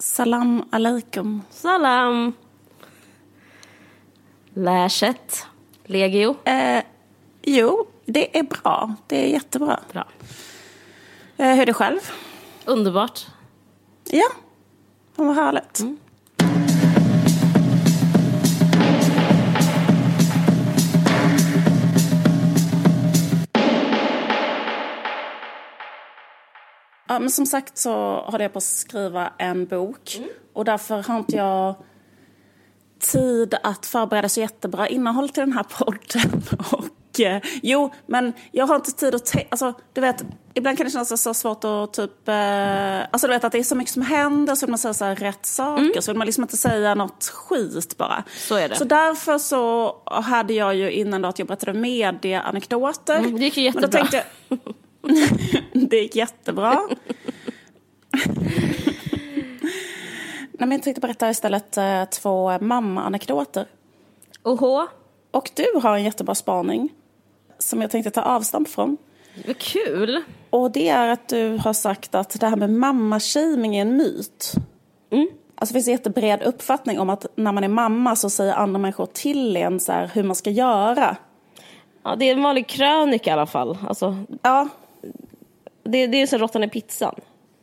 Salam alaikum. Salam. Läset. Legio. Jo, det är bra. Det är jättebra. Bra. Hur är det själv? Underbart. Ja, vad härligt. Ja, men som sagt så håller jag på att skriva en bok. Och därför har inte jag tid att förbereda så jättebra innehåll till den här podden. Och men jag har inte tid att alltså, du vet, ibland kan det kännas så svårt att typ alltså du vet att det är så mycket som händer, så vill man säga så här rätt saker, så vill man liksom inte säga något skit bara. Så är det. Så därför så hade jag ju innan då att jag berättade medieanekdoter. Det gick ju jättebra. Men då tänkte jag, det gick jättebra. Nej, men jag tänkte berätta istället 2 mamma-anekdoter. Oho. Och du har en jättebra spaning som jag tänkte ta avstamp från. Vad kul. Och det är att du har sagt att det här med mamma-shaming är en myt. Alltså det finns en jättebred uppfattning om att när man är mamma så säger andra människor till en så här hur man ska göra. Ja, det är en vanlig krönika i alla fall. Alltså, ja. Det är ju så råttan i pizzan.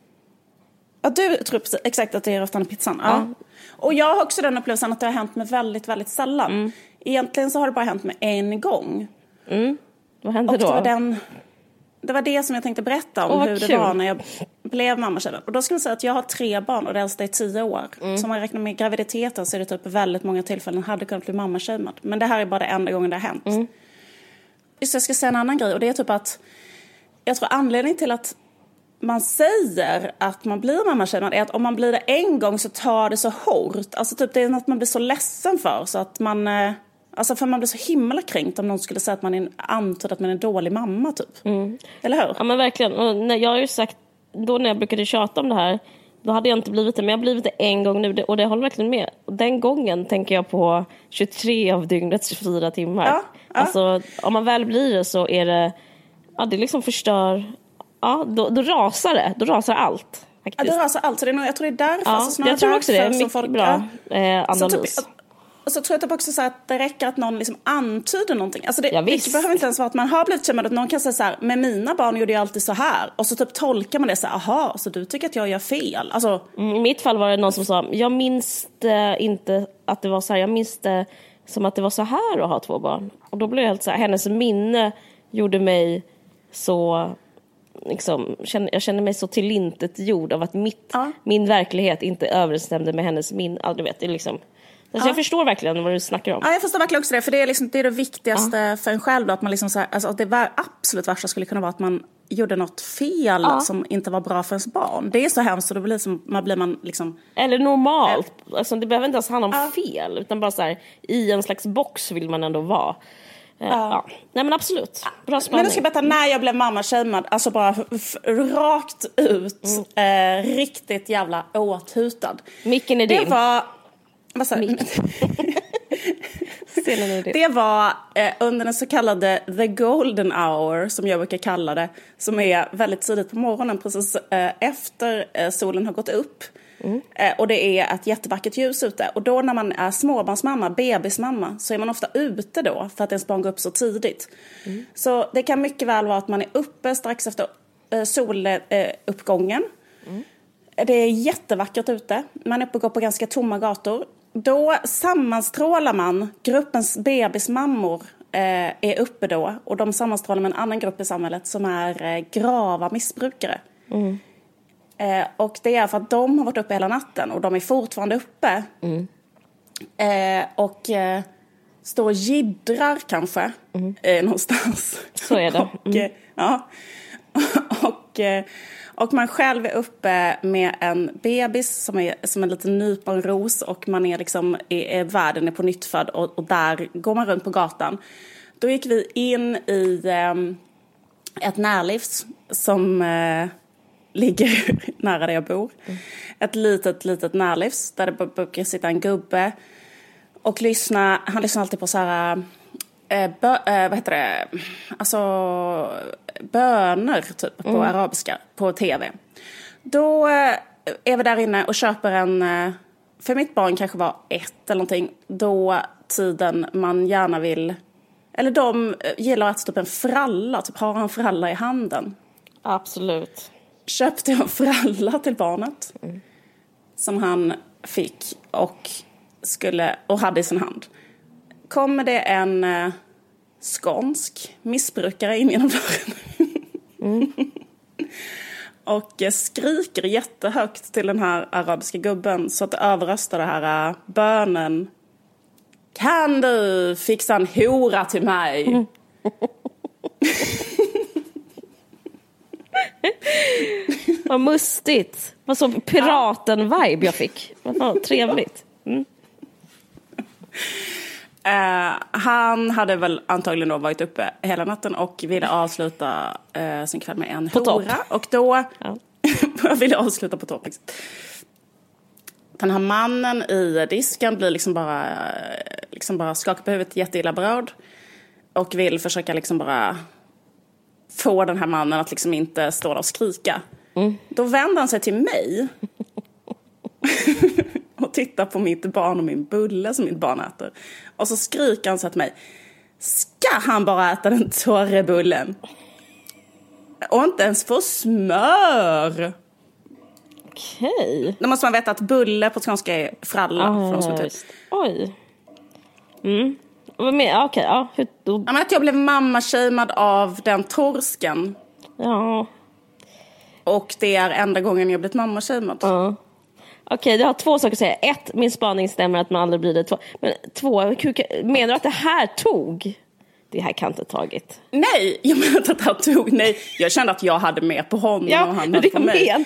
Ja, du tror exakt att det är råttan i pizzan. Ja. Och jag har också den upplevelsen att det har hänt mig väldigt, väldigt sällan. Egentligen så har det bara hänt mig en gång. Vad hände då? Det var det som jag tänkte berätta om hur det var när jag blev mamma. Och då ska man säga att jag har 3 barn och det äldsta är 10 år. Så om man räknar med graviditeten så är det typ väldigt många tillfällen hade kunnat bli mamma-shamed. Men det här är bara det enda gången det har hänt. Så jag ska säga en annan grej, och det är typ att jag tror anledningen till att man säger att man blir mamma-shamed är att om man blir det en gång så tar det så hårt. Alltså typ det är något man blir så ledsen för, så att man alltså för man blir så himla kränkt om någon skulle säga att man antyder att man är en dålig mamma typ. Eller hur? Ja, men verkligen. Och jag har ju sagt då när jag brukade tjata om det här, då hade jag inte blivit det, men jag har blivit det en gång nu, och det håller verkligen med. Och den gången tänker jag på 23 av dygnets 24 timmar. Ja. Alltså om man väl blir det så är det, ja, det liksom förstör. Ja, då rasar det. Då rasar allt. Faktiskt. Ja, det rasar allt. Så det är nog, jag tror det är därför. Ja, alltså, jag tror också det är mycket folk, bra analys. Så tror jag typ också så att det räcker att någon liksom antyder någonting. Alltså det behöver inte ens vara att man har blivit kämmad. Att någon kan säga så här, med mina barn gjorde jag alltid så här. Och så typ tolkar man det så här, aha, så du tycker att jag gör fel. Alltså, I mitt fall var det någon som sa, jag minns inte att det var så här. Jag minns det som att det var så här att ha 2 barn. Och då blev jag helt så här, hennes minne gjorde mig så... Liksom, jag känner mig så tillintetgjord av att min verklighet inte överensstämde med hennes du vet, det är liksom, alltså jag förstår verkligen vad du snackar om. Ja, jag förstår verkligen också det, för det är liksom, det är det viktigaste för en själv då, att man liksom så här, alltså att det absolut värsta skulle kunna vara att man gjorde något fel som inte var bra för ens barn. Det är så hemskt, och då blir man liksom, eller normalt, alltså det behöver inte ens handla om fel, utan bara så här, i en slags box vill man ändå vara. Ja. Nej, men absolut. Bra spaning. Men jag ska berätta när jag blev mamma-shamed. Alltså bara rakt ut. Riktigt jävla åthutad. Micken är din. Det var... Vad sa du? Det var under den så kallade the golden hour, som jag brukar kalla det. Som är väldigt tidigt på morgonen, precis efter solen har gått upp. Och det är ett jättevackert ljus ute. Och då när man är småbarnsmamma, bebismamma, så är man ofta ute då för att ens barn går upp så tidigt. Så det kan mycket väl vara att man är uppe strax efter soluppgången. Det är jättevackert ute. Man är uppe och går på ganska tomma gator. Då sammanstrålar man, gruppens bebismammor är uppe då. Och de sammanstrålar med en annan grupp i samhället som är grava missbrukare. Och det är för att de har varit uppe hela natten och de är fortfarande uppe. Och står och jiddrar kanske någonstans. Så är det. Och man själv är uppe med en bebis som är som en liten nyponros, och man är liksom världen är på nyttfödd, och där går man runt på gatan. Då gick vi in i ett närlivs som ligger nära där jag bor. Ett litet närlivs där det brukar sitta en gubbe och lyssna. Han lyssnar alltid på så här vad heter det? Alltså böner typ på arabiska på tv. Då är vi där inne och köper för mitt barn kanske var 1 eller någonting, då tiden man gärna vill, eller de gillar att äta typ en fralla, typ har en fralla i handen. Absolut. Köpte jag en fralla till barnet som han fick och hade i sin hand. Kommer det en skånsk missbrukare in genom dörren och skriker jättehögt till den här arabiska gubben så att det överröstar det här bönen: kan du fixa en hora till mig? Vad mustigt. Vad så piraten-vibe jag fick. Vad trevligt. Han hade väl antagligen då varit uppe hela natten och ville avsluta sin kväll med en hora. Och då jag ville avsluta på topp. Den här mannen i disken blir liksom bara skakar på huvudet, jätteilla berörd. Och vill försöka liksom bara få den här mannen att liksom inte stå där och skrika. Då vänder han sig till mig och tittar på mitt barn och min bulle som mitt barn äter. Och så skriker han så till mig: ska han bara äta den torre bullen? Och inte ens få smör. Okej. Då måste man veta att bulle på skånska är fralla. Oj. Vad med? Okej, ja. Men att jag blev mamma-shamed av den torsken. Ja. Och det är enda gången jag blivit mamma-shamed. Ja. Okej, jag har 2 saker att säga. 1, min spaning stämmer att man aldrig blir det. 2, men 2, menar du att det här tog? Det här kan inte tagit. Nej, jag menar att det här tog. Nej, jag kände att jag hade med på honom och han hade på mig. Ja,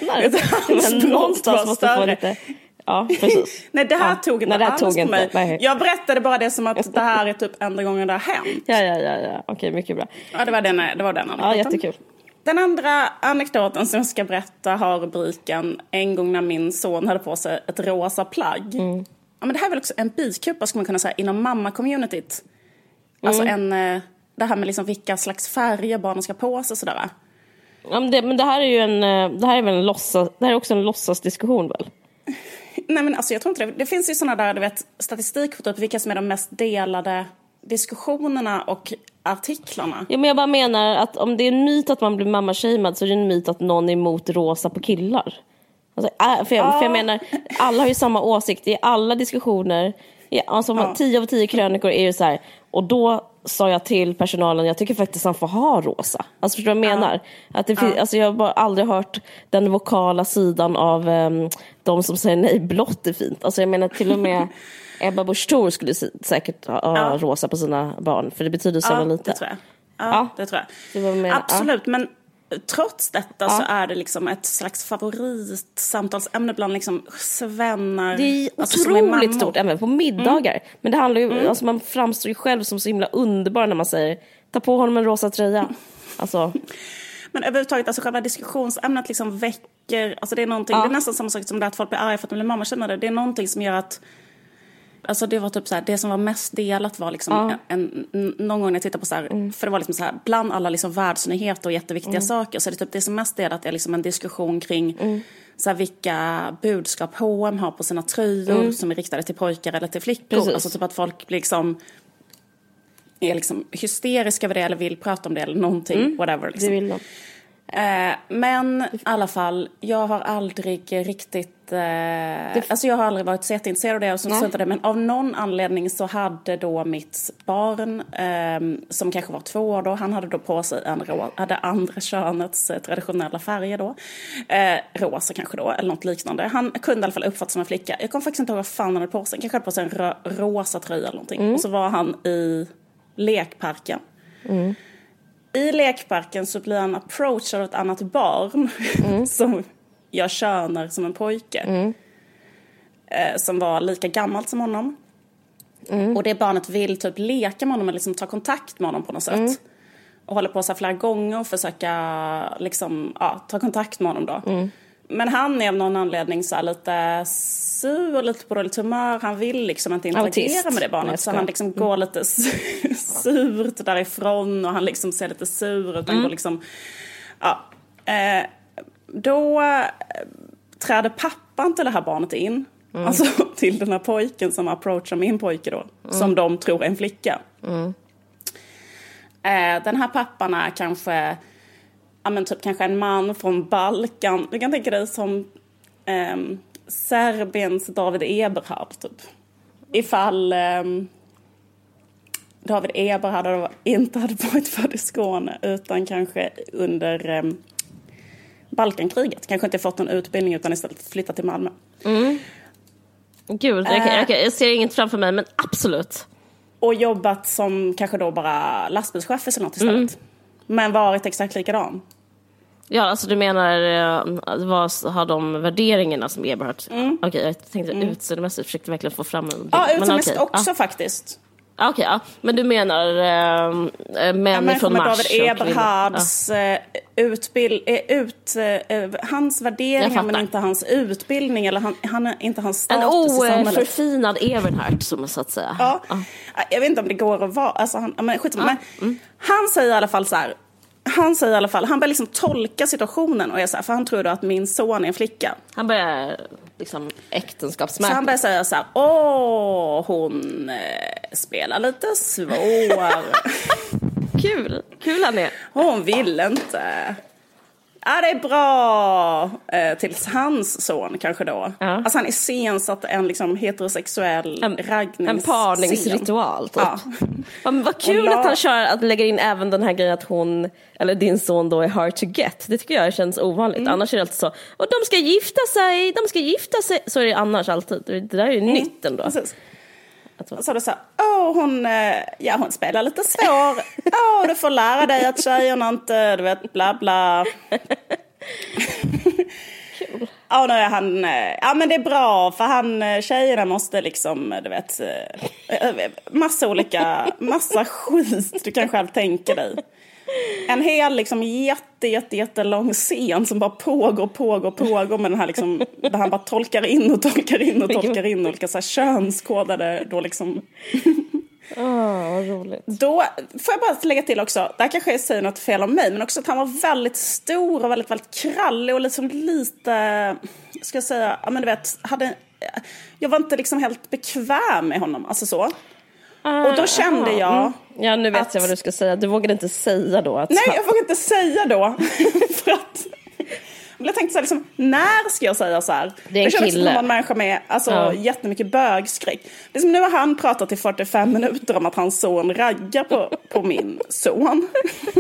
men någonstans måste få lite. Ja, precis. Nej, det här tog inte alls på mig. Nej. Jag berättade bara det som att det här är typ enda gången det har hänt. Ja. Okej, mycket bra. Ja, det var den anekdoten. Ja, jättekul. Den andra anekdoten som jag ska berätta har rubriken: en gång när min son hade på sig ett rosa plagg. Ja, men det här är väl också en bikupa, ska man kunna säga, inom mamma-communityt. Alltså det här med liksom vilka slags färger barnen ska på sig sådär. Ja, men det här är ju det här är väl det här är också en låtsasdiskussion väl? Nej, men alltså jag tror inte det. Det finns ju sådana där, du vet, statistik på typ vilka som är de mest delade diskussionerna och artiklarna. Ja, men jag bara menar att om det är en myt att man blir mamma-shamed så är det en myt att någon är emot rosa på killar. Alltså, för jag menar, alla har ju samma åsikt i alla diskussioner. Alltså 10 av 10 krönikor är ju så här. Och då sa jag till personalen, jag tycker faktiskt han får ha rosa. Alltså förstår du vad jag menar? Att alltså, jag har bara aldrig hört den vokala sidan av de som säger nej, blått är fint. Alltså jag menar till och med Ebba Busch Thor skulle säkert ha rosa på sina barn. För det betyder så lite. Det tror jag. Ja, det tror jag. Absolut, men trots detta så är det liksom ett slags favoritsamtalsämne bland liksom svennar. Det är otroligt stort ämne på middagar. Men det handlar ju, alltså man framstår ju själv som så himla underbar när man säger ta på honom en rosa tröja. Alltså. Men överhuvudtaget, alltså själva diskussionsämnet liksom väcker, alltså det är någonting, det är nästan samma sak som det att folk blir arga för att de blir mammakänare. Det är någonting som gör att, alltså det var typ så här, det som var mest delat var liksom någon gång när jag tittade på så här, för det var liksom så här, bland alla liksom världsnyheter och jätteviktiga saker, så det som mest delat är liksom en diskussion kring så här, vilka budskap H&M har på sina tröjor som är riktade till pojkar eller till flickor. Precis. Alltså typ att folk liksom är liksom hysteriska över det eller vill prata om det eller någonting, whatever liksom. Det vill de. Men i alla fall, jag har aldrig riktigt alltså jag har aldrig varit så jätteintresserad av det och sånt där, men av någon anledning så hade då mitt barn som kanske var 2 år då, han hade då på sig hade andra könets traditionella färger då, rosa kanske då eller något liknande. Han kunde i alla fall uppfattas som en flicka. Jag kommer faktiskt inte ihåg vad fan han hade på sig. Kanske hade på sig en rosa tröja eller någonting. Och så var han i lekparken. I lekparken så blir han approachad av ett annat barn som jag könar som en pojke. Som var lika gammalt som honom. Och det barnet vill typ leka med honom eller liksom ta kontakt med honom på något sätt. Och håller på så här flera gånger och försöka liksom, ta kontakt med honom då. Men han är av någon anledning så här lite sur, lite på dåligt humör. Han vill liksom inte interagera med det barnet. Så han liksom går lite surt därifrån. Och han liksom ser lite sur ut. Han går liksom, då träder pappan till det här barnet in. Alltså till den här pojken som approachar min pojke då. Som de tror är en flicka. Den här pappan är kanske... Ja, men typ kanske en man från Balkan. Du kan tänka dig som Serbiens David Eberhard typ. Ifall David Eberhard inte hade varit född i Skåne utan kanske under Balkankriget. Kanske inte fått någon utbildning utan istället flyttat till Malmö. Gud, jag ser inget framför mig, men absolut. Och jobbat som kanske då bara lastbilschef eller något istället. Men varit exakt likadan. Ja, alltså du menar vad har de värderingarna som Eberhard? Okej, jag tänkte utseendemässigt försökte verkligen få fram en bild. Ja, utseendemässigt också faktiskt. Okej, ja. Men du menar män från Mars David Eberhards hans värderingar men inte hans utbildning eller han inte hans status i samhället. En oförfinad Eberhard som så att säga. Ja. Jag vet inte om det går att vara alltså men han säger i alla fall så här. Han börjar liksom tolka situationen och är så här, för han tror då att min son är en flicka. Han börjar liksom äktenskapsmärka. Så han börjar säga så här, hon spelar lite svår. Kul han är. Hon vill inte. Ja, det är bra till hans son kanske då. Ja. Alltså han är iscensatt en liksom heterosexuell raggningsscen. En parningsritual typ. Ja. Vad kul att han kör att lägga in även den här grejen att hon eller din son då är hard to get. Det tycker jag känns ovanligt. Annars är det alltid så. Och de ska gifta sig. Så är det annars alltid. Det där är ju nytt ändå. Precis. Så du sa, hon spelar lite svår. Du får lära dig att tjejerna inte, du vet, bla bla. Kul. Nu är han, men det är bra för tjejerna måste liksom, du vet, massa skit du kan själv tänka dig. En hel liksom jättelång scen som bara pågår med den här liksom, där han bara tolkar in olika så här könskodade då liksom. Vad roligt. Då får jag bara lägga till också, där kanske jag säger något fel om mig, men också att han var väldigt stor och väldigt, väldigt krallig och liksom lite, ska jag säga, men du vet, jag var inte liksom helt bekväm med honom, alltså så. Och då kände jag... Ja, nu vet jag vad du ska säga. Du vågade inte säga då att... Nej, jag vågade inte säga då. För att... Jag tänkte så här, liksom, när ska jag säga så här? Det är en kille. Som en människa med jättemycket bögskräck. Liksom, nu har han pratat i 45 minuter om att hans son raggar på min son.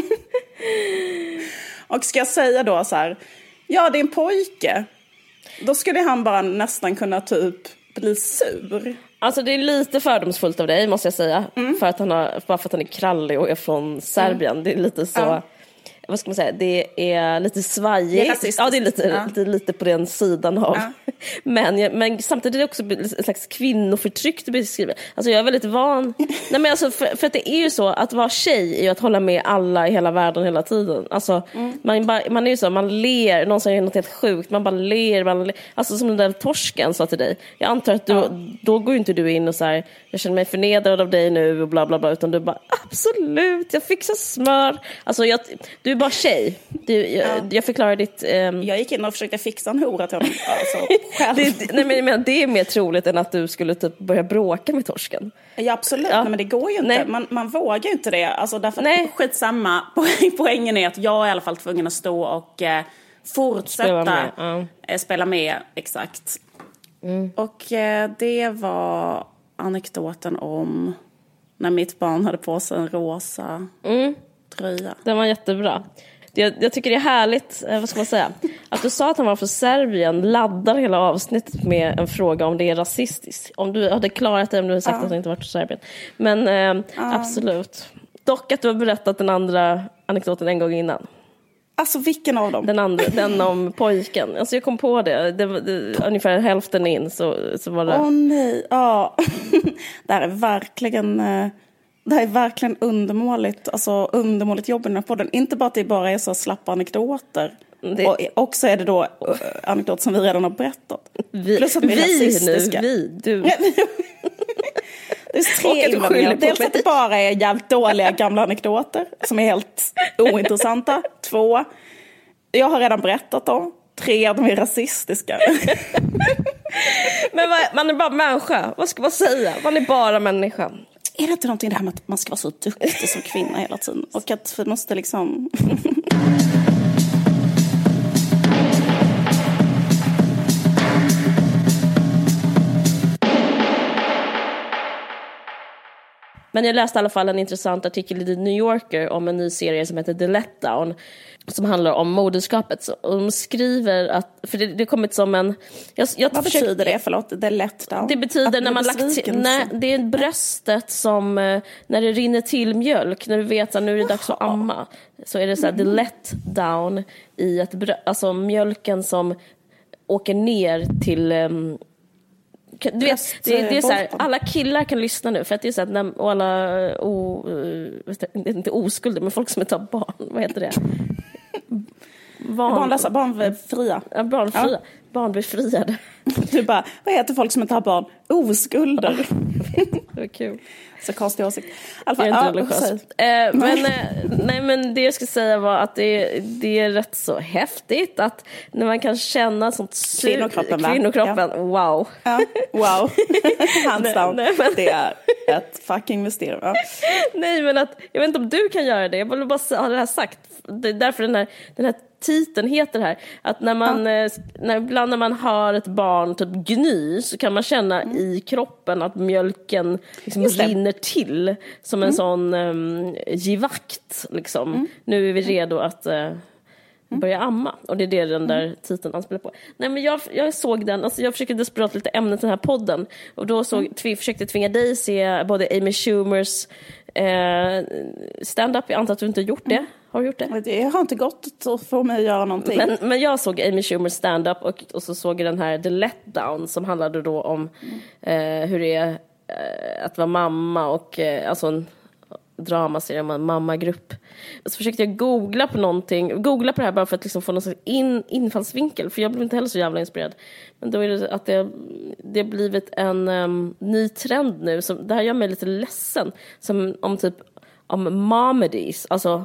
Och ska jag säga då så här... Ja, det är en pojke. Då skulle han bara nästan kunna typ bli sur. Alltså det är lite fördomsfullt av dig, måste jag säga. Bara för att han är krallig och är från Serbien. Det är lite så... Vad ska man säga? Det är lite svajigt. Det är lite på den sidan av. Men samtidigt är det också ett slags kvinnoförtryck du beskriver. Alltså jag är väldigt van. Nej, men alltså för att det är ju så att vara tjej är ju att hålla med alla i hela världen hela tiden. Alltså man är ju så, man ler, någon säger något helt sjukt, man bara ler. Alltså som den där torsken sa till dig. Jag antar att då går ju inte du in och så här, jag känner mig förnedrad av dig nu och bla bla bla, utan du bara absolut, jag fixar smör. Alltså du är bara tjej. Jag förklarar ditt... Jag gick in och försökte fixa en hora till honom. Alltså, men det är mer troligt än att du skulle typ börja bråka med torsken. Ja, absolut. Nej, men det går ju inte. Man vågar ju inte det. Alltså, därför skitsamma. Poängen är att jag är i alla fall tvungen att stå och fortsätta spela med. Exakt. Och det var anekdoten om när mitt barn hade på sig en rosa tröja. Den var jättebra. Jag tycker det är härligt, vad ska man säga, att du sa att han var från Serbien, laddar hela avsnittet med en fråga om det är rasistiskt. Om du hade klarat det om du hade sagt att han inte varit från Serbien. Men absolut. Dock att du har berättat den andra anekdoten en gång innan. Alltså vilken av dem? Den om pojken. Alltså jag kom på det. Det ungefär hälften in så var det... Åh nej, ja. Det här är verkligen undermåligt. Alltså undermåligt jobb i den här podden. Inte bara att det bara är så slappa anekdoter. Och också är det då anekdoter som vi redan har berättat. Plus att vi är rasistiska. Du. Det är tre invändningar. Dels att det bara är jävligt dåliga gamla anekdoter som är helt ointressanta. 2, jag har redan berättat dem. 3, de är rasistiska. Men man är bara människa. Vad ska man säga? Man är bara människa. Är det inte någonting det här med att man ska vara så duktig som kvinna hela tiden? Och att vi måste liksom... Men jag läste i alla fall en intressant artikel i The New Yorker om en ny serie som heter The Letdown, som handlar om moderskapet. Och de skriver att, för det kommit som en... Vad betyder det? Förlåt, The Letdown? Det betyder när man lagt till, det är bröstet som, när det rinner till mjölk, när du vet att nu är det dags att amma, så är det så här, the letdown i ett alltså mjölken som åker ner till... Du vet, det är så här, alla killar kan lyssna nu, för att det är så att och alla inte oskulder, men folk som inte har barn, vad heter det? Barnfria. Ja, barnfria. Ja. Barnbefriade. Du bara, vad heter folk som inte har barn? Oskulder. Det var kul. Så konstig åsikt. Jag är inte religiös. Men det jag skulle säga var att det är rätt så häftigt att när man kan känna sånt kvinnokroppen, ja. Wow. Ja, wow. Hands down. Det är ett fucking mysterium. Ja. Nej, men att, jag vet inte om du kan göra det. Jag vill bara ha det här sagt. Det är därför den här titeln heter här, att när man ibland när man har ett barn typ gny, så kan man känna i kroppen att mjölken liksom rinner till som en sån givakt liksom. Nu är vi redo att börja amma, och det är det den där titeln anspelar på. Nej, men jag såg den, alltså jag försökte desperat lite ämnet den här podden, och då försökte tvinga dig se både Amy Schumers stand-up. Jag antar att du inte har gjort det. Har du gjort det? Det har inte gått att få mig att göra någonting. Men jag såg Amy Schumer stand-up och så såg jag den här The Letdown, som handlade då om hur det är att vara mamma, och alltså en dramaserie om en mammagrupp. Så försökte jag googla på det här bara för att liksom få någon sorts infallsvinkel, för jag blev inte heller så jävla inspirerad. Men då är det att det har blivit en ny trend nu, som det här gör mig lite ledsen, som om momedies, alltså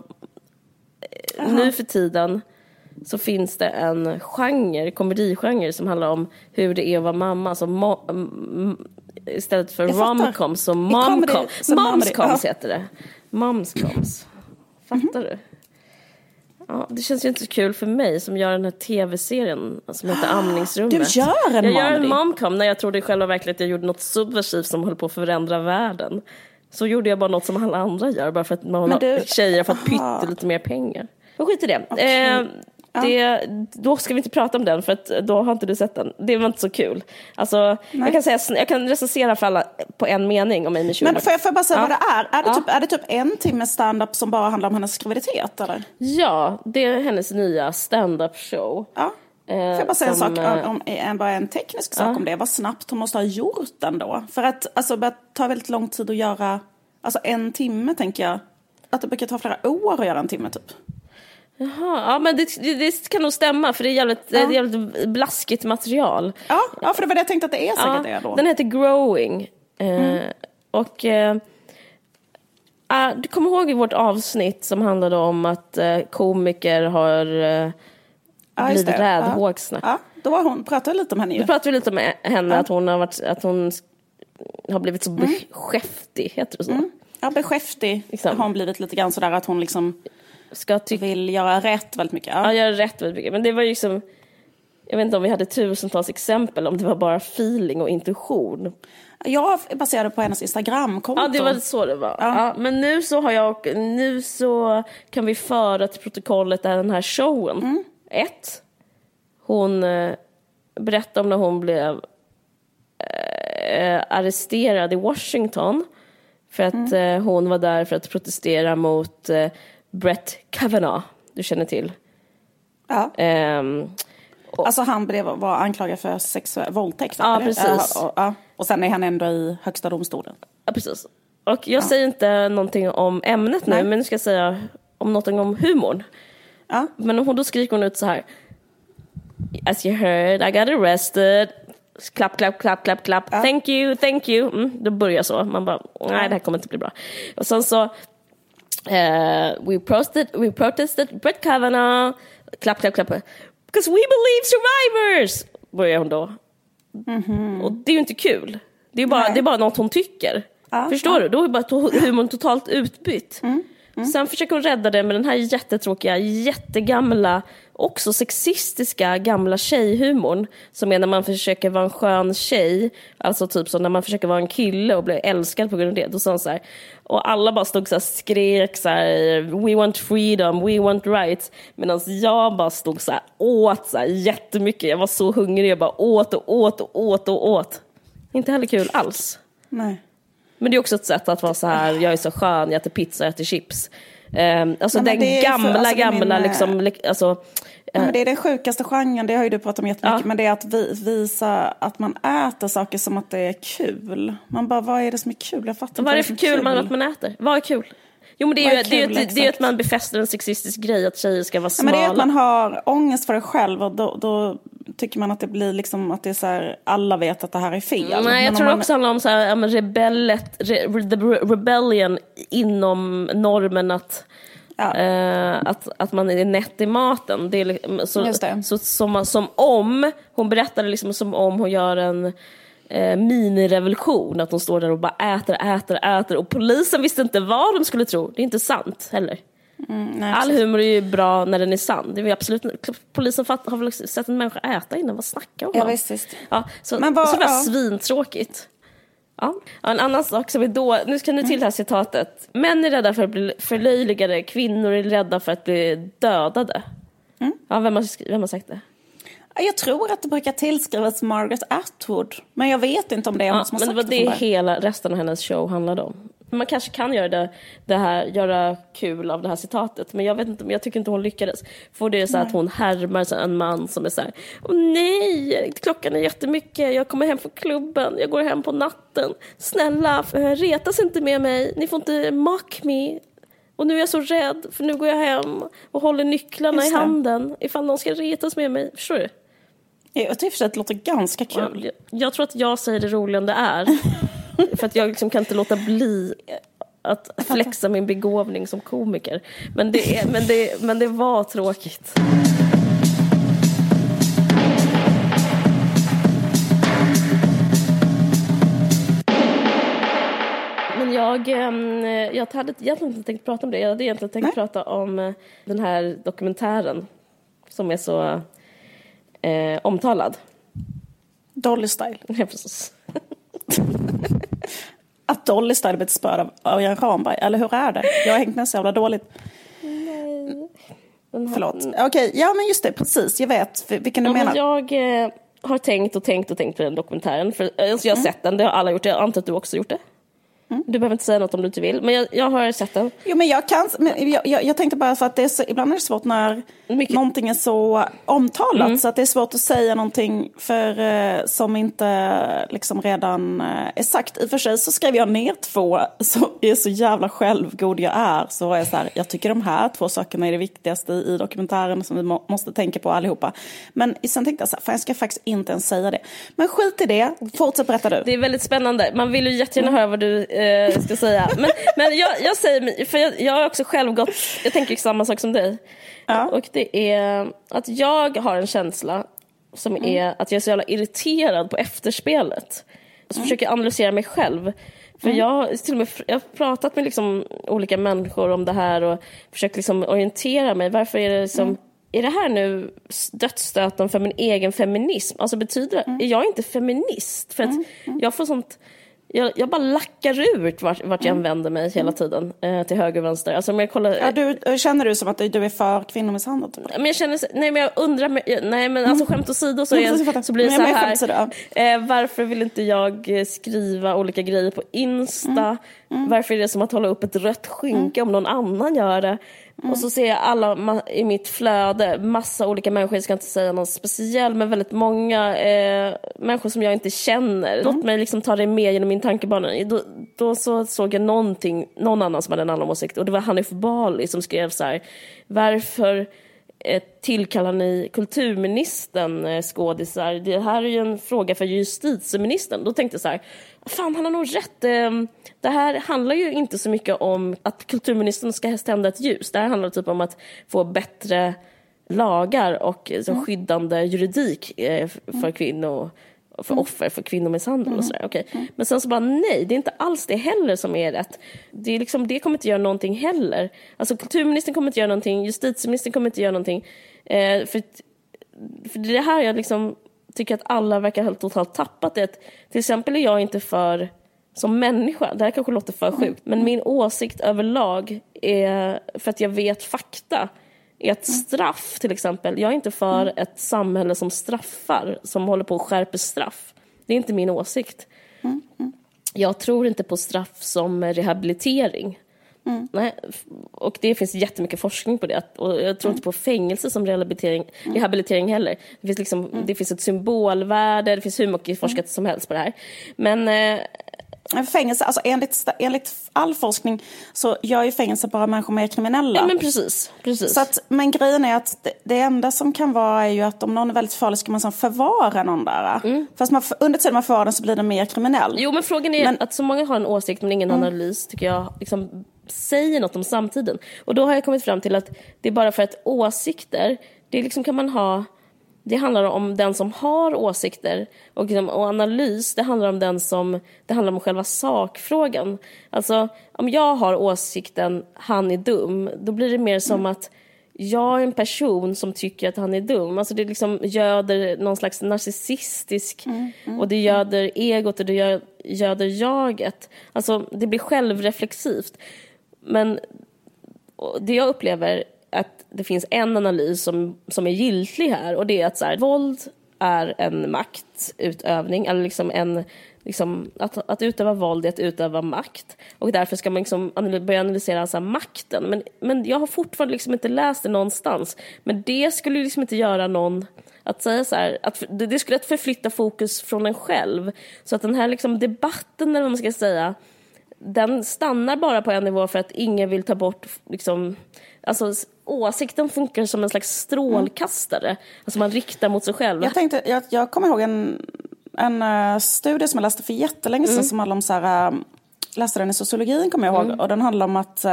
nu för tiden så finns det en komedigenre som handlar om hur det är att vara mamma, alltså istället för romcoms, så momcoms heter det. Momcoms. Fattar du? Ja, det känns ju inte så kul för mig som gör den här tv-serien som heter Amningsrummet. Du gör jag gör en momcom när jag trodde i själva verkligen att jag gjorde något subversivt som höll på att förändra världen. Så gjorde jag bara något som alla andra gör, bara för att man tjejer har fått pytte lite mer pengar. Och skit i det. Okay. Då ska vi inte prata om den, för att då har inte du sett den. Det var inte så kul. Alltså, jag kan recensera för alla på en mening om Amy Schumer. Men får jag bara säga vad det är? Är det typ en timme stand-up som bara handlar om hennes graviditet, eller? Ja, det är hennes nya stand-up show. Ja. Får jag bara säga en sak bara en teknisk sak om det. Vad snabbt hon måste ha gjort den då. För att alltså, det tar väldigt lång tid att göra, alltså en timme, tänker jag. Att det brukar ta flera år att göra en timme typ. Jaha, ja, men det kan nog stämma, för det är jävligt blaskigt material. Ja, för det var det jag tänkte att det är säkert det då. Den heter Growing. Och du kommer ihåg i vårt avsnitt som handlade om att komiker har blivit räddhågsna. Ja, då pratade lite om henne ju. Då pratade vi lite om henne, att hon har blivit så beskäftig, heter det så? Ja, beskäftig liksom. Har hon blivit lite grann sådär att hon liksom vill göra rätt väldigt mycket. Ja, göra rätt väldigt mycket. Men det var ju liksom, jag vet inte om vi hade tusentals exempel, om det var bara feeling och intuition. Jag baserade på hennes Instagram-konto. Ja, det var så det var. Ja, men nu så kan vi föra till protokollet den här showen. Hon berättade om när hon blev arresterad i Washington för att hon var där för att protestera mot Brett Kavanaugh, du känner till. Ja. Alltså han var anklagad för sexuell våldtäkt. Ja, precis. Och sen är han ändå i högsta domstolen. Ja, presit. Och jag säger inte någonting om ämnet nu, men nu ska jag säga någonting om humorn. Ja. Men då skriker hon ut så här: As you heard, I got arrested. Klapp, klapp, klapp, klapp, klapp. Ja. Thank you. Då börjar så. Man bara, nej, det här kommer inte bli bra. Och sen så we protested Brett Kavanaugh. Klapp, klapp, klapp. 'Cause we believe survivors, börjar hon då. Och det är ju inte kul. Det är bara något hon tycker. Förstår du? Då är bara humorn totalt utbytt. Sen försöker hon rädda det med den här jättetråkiga, jättegamla, också sexistiska gamla tjejhumorn, som är när man försöker vara en skön tjej, alltså typ så när man försöker vara en kille och blir älskad på grund av det. Då sa hon så här, och alla bara stod så här, skrek så här, we want freedom, we want rights, medan jag bara stod så här, åt så här jättemycket. Jag var så hungrig, jag bara åt. Inte heller kul alls. Nej. Men det är också ett sätt att vara så här, jag är så skön, jag äter pizza, jag äter chips. Alltså den gamla liksom, alltså, men det är den sjukaste genren, det har ju du pratat om jättemycket, men det är att visa att man äter saker som att det är kul. Man bara, vad är det som är kul? Jag fattar inte vad är det för kul att man äter? Vad är kul? Jo, men det är ju att man befäster en sexistisk grej, att tjejer ska vara smala. Men det är att man har ångest för det själv, och då tycker man att det blir liksom att det är så här, alla vet att det här är fel. Nej, jag tror också handlar om så här, rebellion inom normen att man är nätt i maten. Det är så som om hon berättade liksom som om hon gör en minirevolution, att de står där och bara äter, och polisen visste inte vad de skulle tro. Det är inte sant heller. Nej, all humor är ju bra när den är sann. Det är absolut, polisen har väl sett en människa äta innan, vad snackar om? Ja, visst. Ja, så det var svintråkigt. Ja. En annan sak som är då, nu ska ni till det här citatet. Män är rädda för att bli förlöjligade, kvinnor är rädda för att bli dödade. Ja, vem har sagt det? Jag tror att det brukar tillskrivas Margaret Atwood, men jag vet inte om det är hon som har sagt det. Men det var det hela resten av hennes show handlade om. Man kanske kan göra kul av det här citatet, men jag vet inte, men jag tycker inte hon lyckades. För det är så att hon härmar en man som är så här: åh nej, klockan är jättemycket, jag kommer hem från klubben, jag går hem på natten, snälla retas inte med mig, ni får inte mock me. Och nu är jag så rädd, för nu går jag hem och håller nycklarna i handen ifall någon ska retas med mig. Förstår du? Jag tycker att det låter ganska kul. Jag tror att jag säger det roliga än det är. För att jag liksom kan inte låta bli att flexa min begåvning som komiker. Men det var tråkigt. Men jag hade egentligen inte tänkt prata om det. Jag hade egentligen tänkt prata om den här dokumentären som är så omtalad. Dolly Style. Ja, precis. Att Dolly Style blev spörd av Örjan Ramberg, eller hur är det? Jag har hängt med så jävla dåligt. Nej. Förlåt. Okej, ja men just det, precis. Jag vet vilken du menar. Jag har tänkt på den dokumentären. För jag har sett den, det har alla gjort. Jag antar att du också gjort det. Du behöver inte säga något om du inte vill, men jag har sett den. Jo, men jag tänkte bara för att det är så, ibland är det svårt när någonting är så omtalat, så att det är svårt att säga någonting för som inte liksom redan är sagt. I och för sig så skrev jag ner 2 så är så jävla självgod jag är, så är jag så här, jag tycker de här 2 sakerna är det viktigaste i dokumentären som vi måste tänka på allihopa. Men sen tänkte jag så här, fan jag ska faktiskt inte ens säga det. Men skit i det, fortsätt berätta du. Det är väldigt spännande, man vill ju jättegärna höra vad du ska säga. Men jag säger, för jag har också själv gått, jag tänker samma sak som dig. Ja. Och det är att jag har en känsla som är att jag är så jävla irriterad på efterspelet. Och så försöker jag analysera mig själv. För jag har pratat med liksom olika människor om det här och försökt liksom orientera mig. Varför är det liksom är det här nu dödsstöten för min egen feminism? Alltså betyder det, är jag inte feminist? För att jag får sånt, jag bara lackar ut vart jag vänder mig hela tiden, till höger och vänster. Alltså om jag kollar, känner du som att du är för kvinnomisshandel? Men jag känner, nej men jag undrar, nej men alltså skämt åsido så blir det så här. Varför vill inte jag skriva olika grejer på Insta? Varför är det som att hålla upp ett rött skynke om någon annan gör det? Och så ser jag alla i mitt flöde, massa olika människor, jag ska inte säga någon speciell, men väldigt många människor som jag inte känner. Låt mig liksom ta det med genom min tankebana. Då så såg jag någon annan som hade en annan åsikt, och det var Hanif Bali som skrev så här: varför tillkallar ni kulturministern skådisar? Det här är ju en fråga för justitieministern. Då tänkte jag så här, fan, han har nog rätt. Det här handlar ju inte så mycket om att kulturministern ska tända ett ljus. Det här handlar typ om att få bättre lagar och skyddande juridik för kvinnor, för offer för kvinnomisshandel och sådär. Okay. Men sen så bara nej, det är inte alls det heller som är rätt. Det är liksom, det kommer inte göra någonting heller. Alltså kulturministern kommer inte göra någonting, justitieministern kommer inte göra någonting. För det här jag liksom tycker att alla verkar helt totalt tappat det. Till exempel är jag inte för som människa, det här kanske låter för sjukt, men min åsikt överlag är, för att jag vet fakta, är ett straff till exempel. Jag är inte för ett samhälle som straffar, som håller på att skärpa straff. Det är inte min åsikt. Jag tror inte på straff som rehabilitering. Nej, och det finns jättemycket forskning på det, och jag tror inte på fängelse som rehabilitering heller. Det finns liksom, det finns ett symbolvärde, det finns hur mycket forskat som helst på det här. Men fängelse, alltså enligt all forskning så gör ju fängelse bara människor mer kriminella. Ja, men precis. Så att, men grejen är att det enda som kan vara är ju att om någon är väldigt farlig ska man så förvara någon där. Fast under tiden man förvarar den så blir den mer kriminell. Jo, men frågan är att så många har en åsikt men ingen analys, tycker jag liksom säger något om samtiden. Och då har jag kommit fram till att det är bara för att åsikter, det liksom kan man ha. Det handlar om den som har åsikter, och analys, det handlar om själva sakfrågan. Alltså om jag har åsikten han är dum, då blir det mer som att jag är en person som tycker att han är dum. Alltså det liksom göder någon slags narcissistisk och det göder egot och det göder jaget. Alltså det blir självreflexivt. Men det jag upplever att det finns en analys som är giltig här, och det är att så här, våld är en maktutövning, eller att utöva våld är att utöva makt, och därför ska man liksom börja analysera så här, makten. Men jag har fortfarande liksom inte läst det någonstans, men det skulle liksom inte göra någon att säga så här, att det skulle att förflytta fokus från en själv, så att den här liksom debatten, eller vad man ska säga, den stannar bara på en nivå för att ingen vill ta bort liksom, alltså åsikten funkar som en slags strålkastare, alltså man riktar mot sig själv. Jag kommer ihåg en studie som jag läste för jättelänge sedan som handlade om så här, läste den i sociologin kommer jag ihåg, och den handlar om att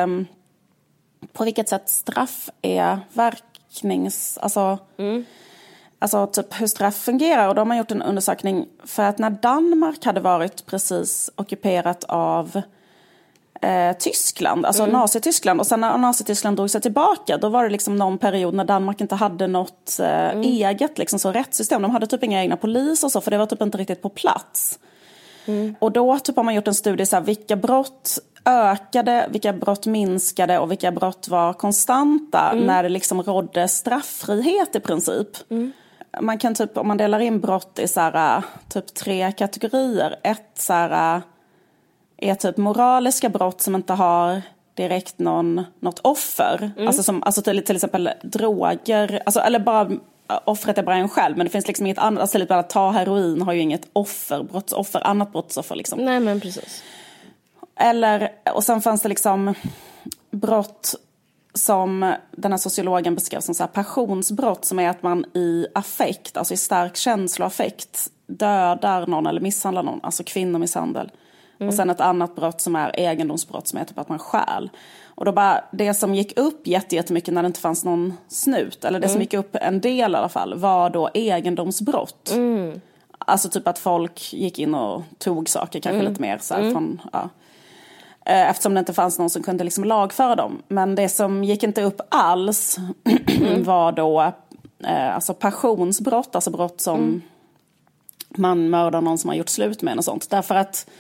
på vilket sätt straff är alltså typ hur straff fungerar. Och då har man gjort en undersökning för att när Danmark hade varit precis ockuperat av Tyskland, alltså Nazityskland, och sen när Nazityskland drog sig tillbaka, då var det liksom någon period när Danmark inte hade något eget liksom så rättssystem. De hade typ inga egna polis och så, för det var typ inte riktigt på plats. Och då typ har man gjort en studie så här, vilka brott ökade, vilka brott minskade och vilka brott var konstanta när det liksom rådde strafffrihet i princip. Man kan typ, om man delar in brott i så här, typ 3 kategorier. Ett så här, är typ moraliska brott som inte har direkt något offer. Alltså till exempel droger, alltså, eller bara offret är bara en själv, men det finns liksom inget annat. Alltså typ att ta heroin har ju inget offer, brottsoffer, annat brottsoffer liksom. Nej, men precis. Eller, och sen fanns det liksom brott som den här sociologen beskrev som så här passionsbrott, som är att man i affekt, alltså i stark känsloaffekt, dödar någon eller misshandlar någon, alltså kvinnomisshandel. Och sen ett annat brott som är egendomsbrott, som är typ att man stjäl. Och då bara, det som gick upp jättemycket när det inte fanns någon snut, eller det som gick upp en del i alla fall, var då egendomsbrott. Alltså typ att folk gick in och tog saker kanske lite mer så här, från, ja. Eftersom det inte fanns någon som kunde liksom lagföra dem. Men det som gick inte upp alls var då alltså passionsbrott, alltså brott som man mördar någon som har gjort slut med och sånt. Därför att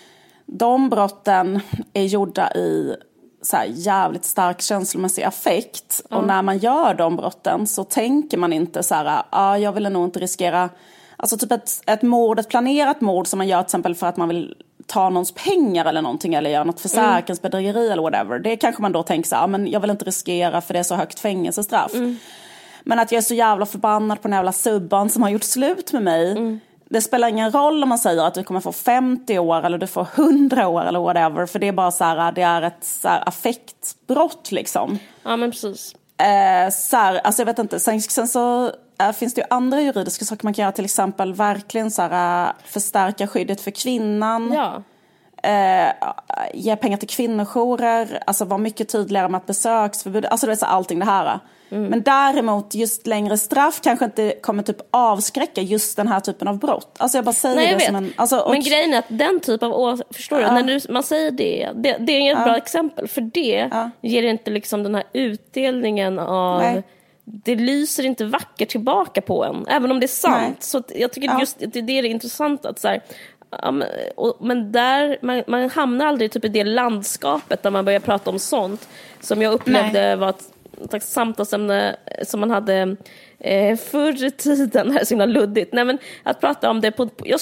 de brotten är gjorda i så här jävligt stark känslomässig affekt. Och när man gör de brotten så tänker man inte så här, jag vill nog inte riskera, alltså typ ett planerat mord som man gör till exempel för att man vill ta någons pengar eller någonting, eller göra något försäkringsbedrägeri eller whatever. Det kanske man då tänker så här, men jag vill inte riskera för det är så högt fängelsestraff. Men att jag är så jävla förbannad på den jävla subban som har gjort slut med mig. Det spelar ingen roll om man säger att du kommer få 50 år eller du får 100 år eller whatever. För det är bara så här, det är ett så här affektbrott liksom. Ja, men precis. Så här, alltså jag vet inte, sen så finns det ju andra juridiska saker man kan göra, till exempel verkligen så här, förstärka skyddet för kvinnan. Ja. ge pengar till kvinnojourer, alltså vara mycket tydligare med att besöksförbud, alltså det är så allting det här. Men däremot just längre straff kanske inte kommer typ avskräcka just den här typen av brott. Alltså jag bara säger Nej, jag det som vet. en... Alltså, men grejen är att den typ av... Förstår du? När man säger det är ett bra exempel. För det ger inte liksom den här utdelningen av... Nej. Det lyser inte vackert tillbaka på en. Även om det är sant. Nej. Så jag tycker just det är intressant att så här... men där man hamnar aldrig typ i det landskapet där man börjar prata om sånt som jag upplevde var ett slags samtalsämne som man hade förr i tiden. Det här är så himla luddigt. Nej, men att prata om det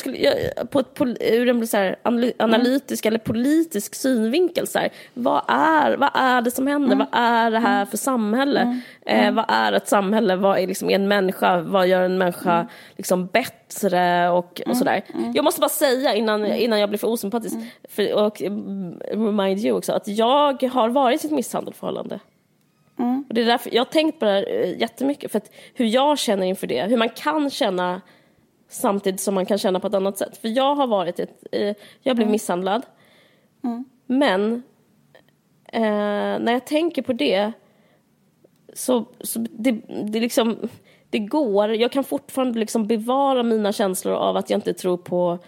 ur en så här analytisk eller politisk synvinkel. Så här, vad är det som händer? Vad är det här för samhälle? Vad är ett samhälle? Vad är liksom en människa? Vad gör en människa liksom bättre? Och sådär. Jag måste bara säga innan jag blir för osympatisk och remind you också att jag har varit i ett misshandelförhållande. Och det är därför jag har tänkt på det här jättemycket, för att hur jag känner inför det, hur man kan känna samtidigt som man kan känna på ett annat sätt. För jag har varit jag blev misshandlad. Men när jag tänker på det så det liksom det går, jag kan fortfarande liksom bevara mina känslor av att jag inte tror på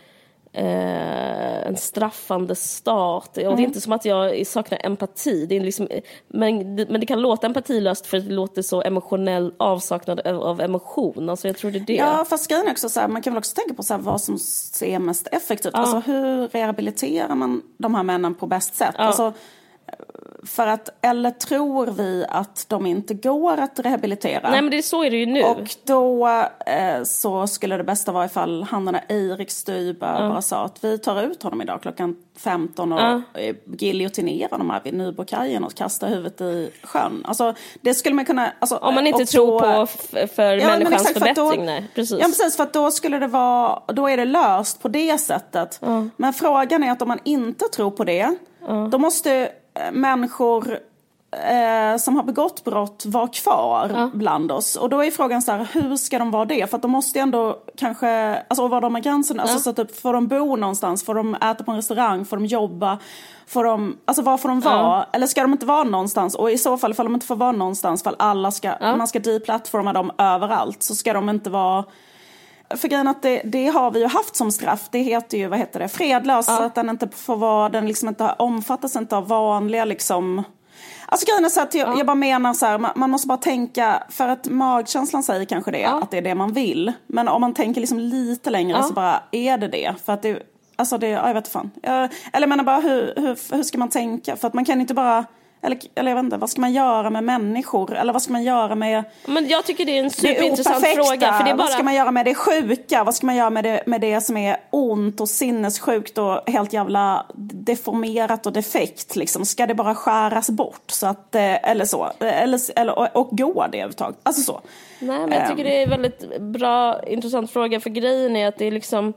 en straffande stat. Och det är inte som att jag saknar empati. Det är liksom, men det kan låta empatilöst för att det låter så emotionell avsaknad av emotion. Alltså jag tror det är det. Ja, fast grejen är också så här, man kan väl också tänka på så här, vad som är mest effektivt. Alltså hur rehabiliterar man de här männen på bäst sätt? Alltså, för att, eller tror vi att de inte går att rehabilitera? Nej, men så är det ju nu. Och då så skulle det bästa vara ifall han och Erik Stuyberg bara sa att vi tar ut honom idag klockan 15 och giljotinerar de här vid Nybrokajen och kastar huvudet i sjön. Alltså det skulle man kunna... Alltså, om man inte tror på för människans förbättring. Nej, precis. Ja, precis, för att då skulle det vara... Då är det löst på det sättet. Men frågan är att om man inte tror på det, då måste människor som har begått brott vara kvar bland oss. Och då är frågan så här, hur ska de vara det? För att de måste ändå kanske, alltså var de är gränsen, alltså så typ, får de bo någonstans, får de äta på en restaurang, får de jobba, får de, alltså var får de vara? Eller ska de inte vara någonstans? Och i så fall, ifall de inte får vara någonstans, för alla ska, man ska deplattforma dem överallt, så ska de inte vara... För grejen att det har vi ju haft som straff. Det heter ju, vad heter det, fredlös. Att den inte får vara, den liksom inte omfattas inte av vanliga liksom... Alltså grejen är så att jag bara menar så här, man måste bara tänka, för att magkänslan säger kanske det, att det är det man vill. Men om man tänker liksom lite längre så bara, är det? För att det, alltså det, jag vet fan. Eller jag menar bara, hur ska man tänka? För att man kan inte bara... Eller jag vet inte, vad ska man göra med människor? Eller vad ska man göra med... Men jag tycker det är en superintressant fråga. För det är bara... Vad ska man göra med det sjuka? Vad ska man göra med det som är ont och sinnessjukt och helt jävla deformerat och defekt? Liksom? Ska det bara skäras bort? Så att, eller så. Och gå det överhuvudtaget. Alltså så. Nej, men jag tycker det är en väldigt bra, intressant fråga. För grejen är att det är liksom...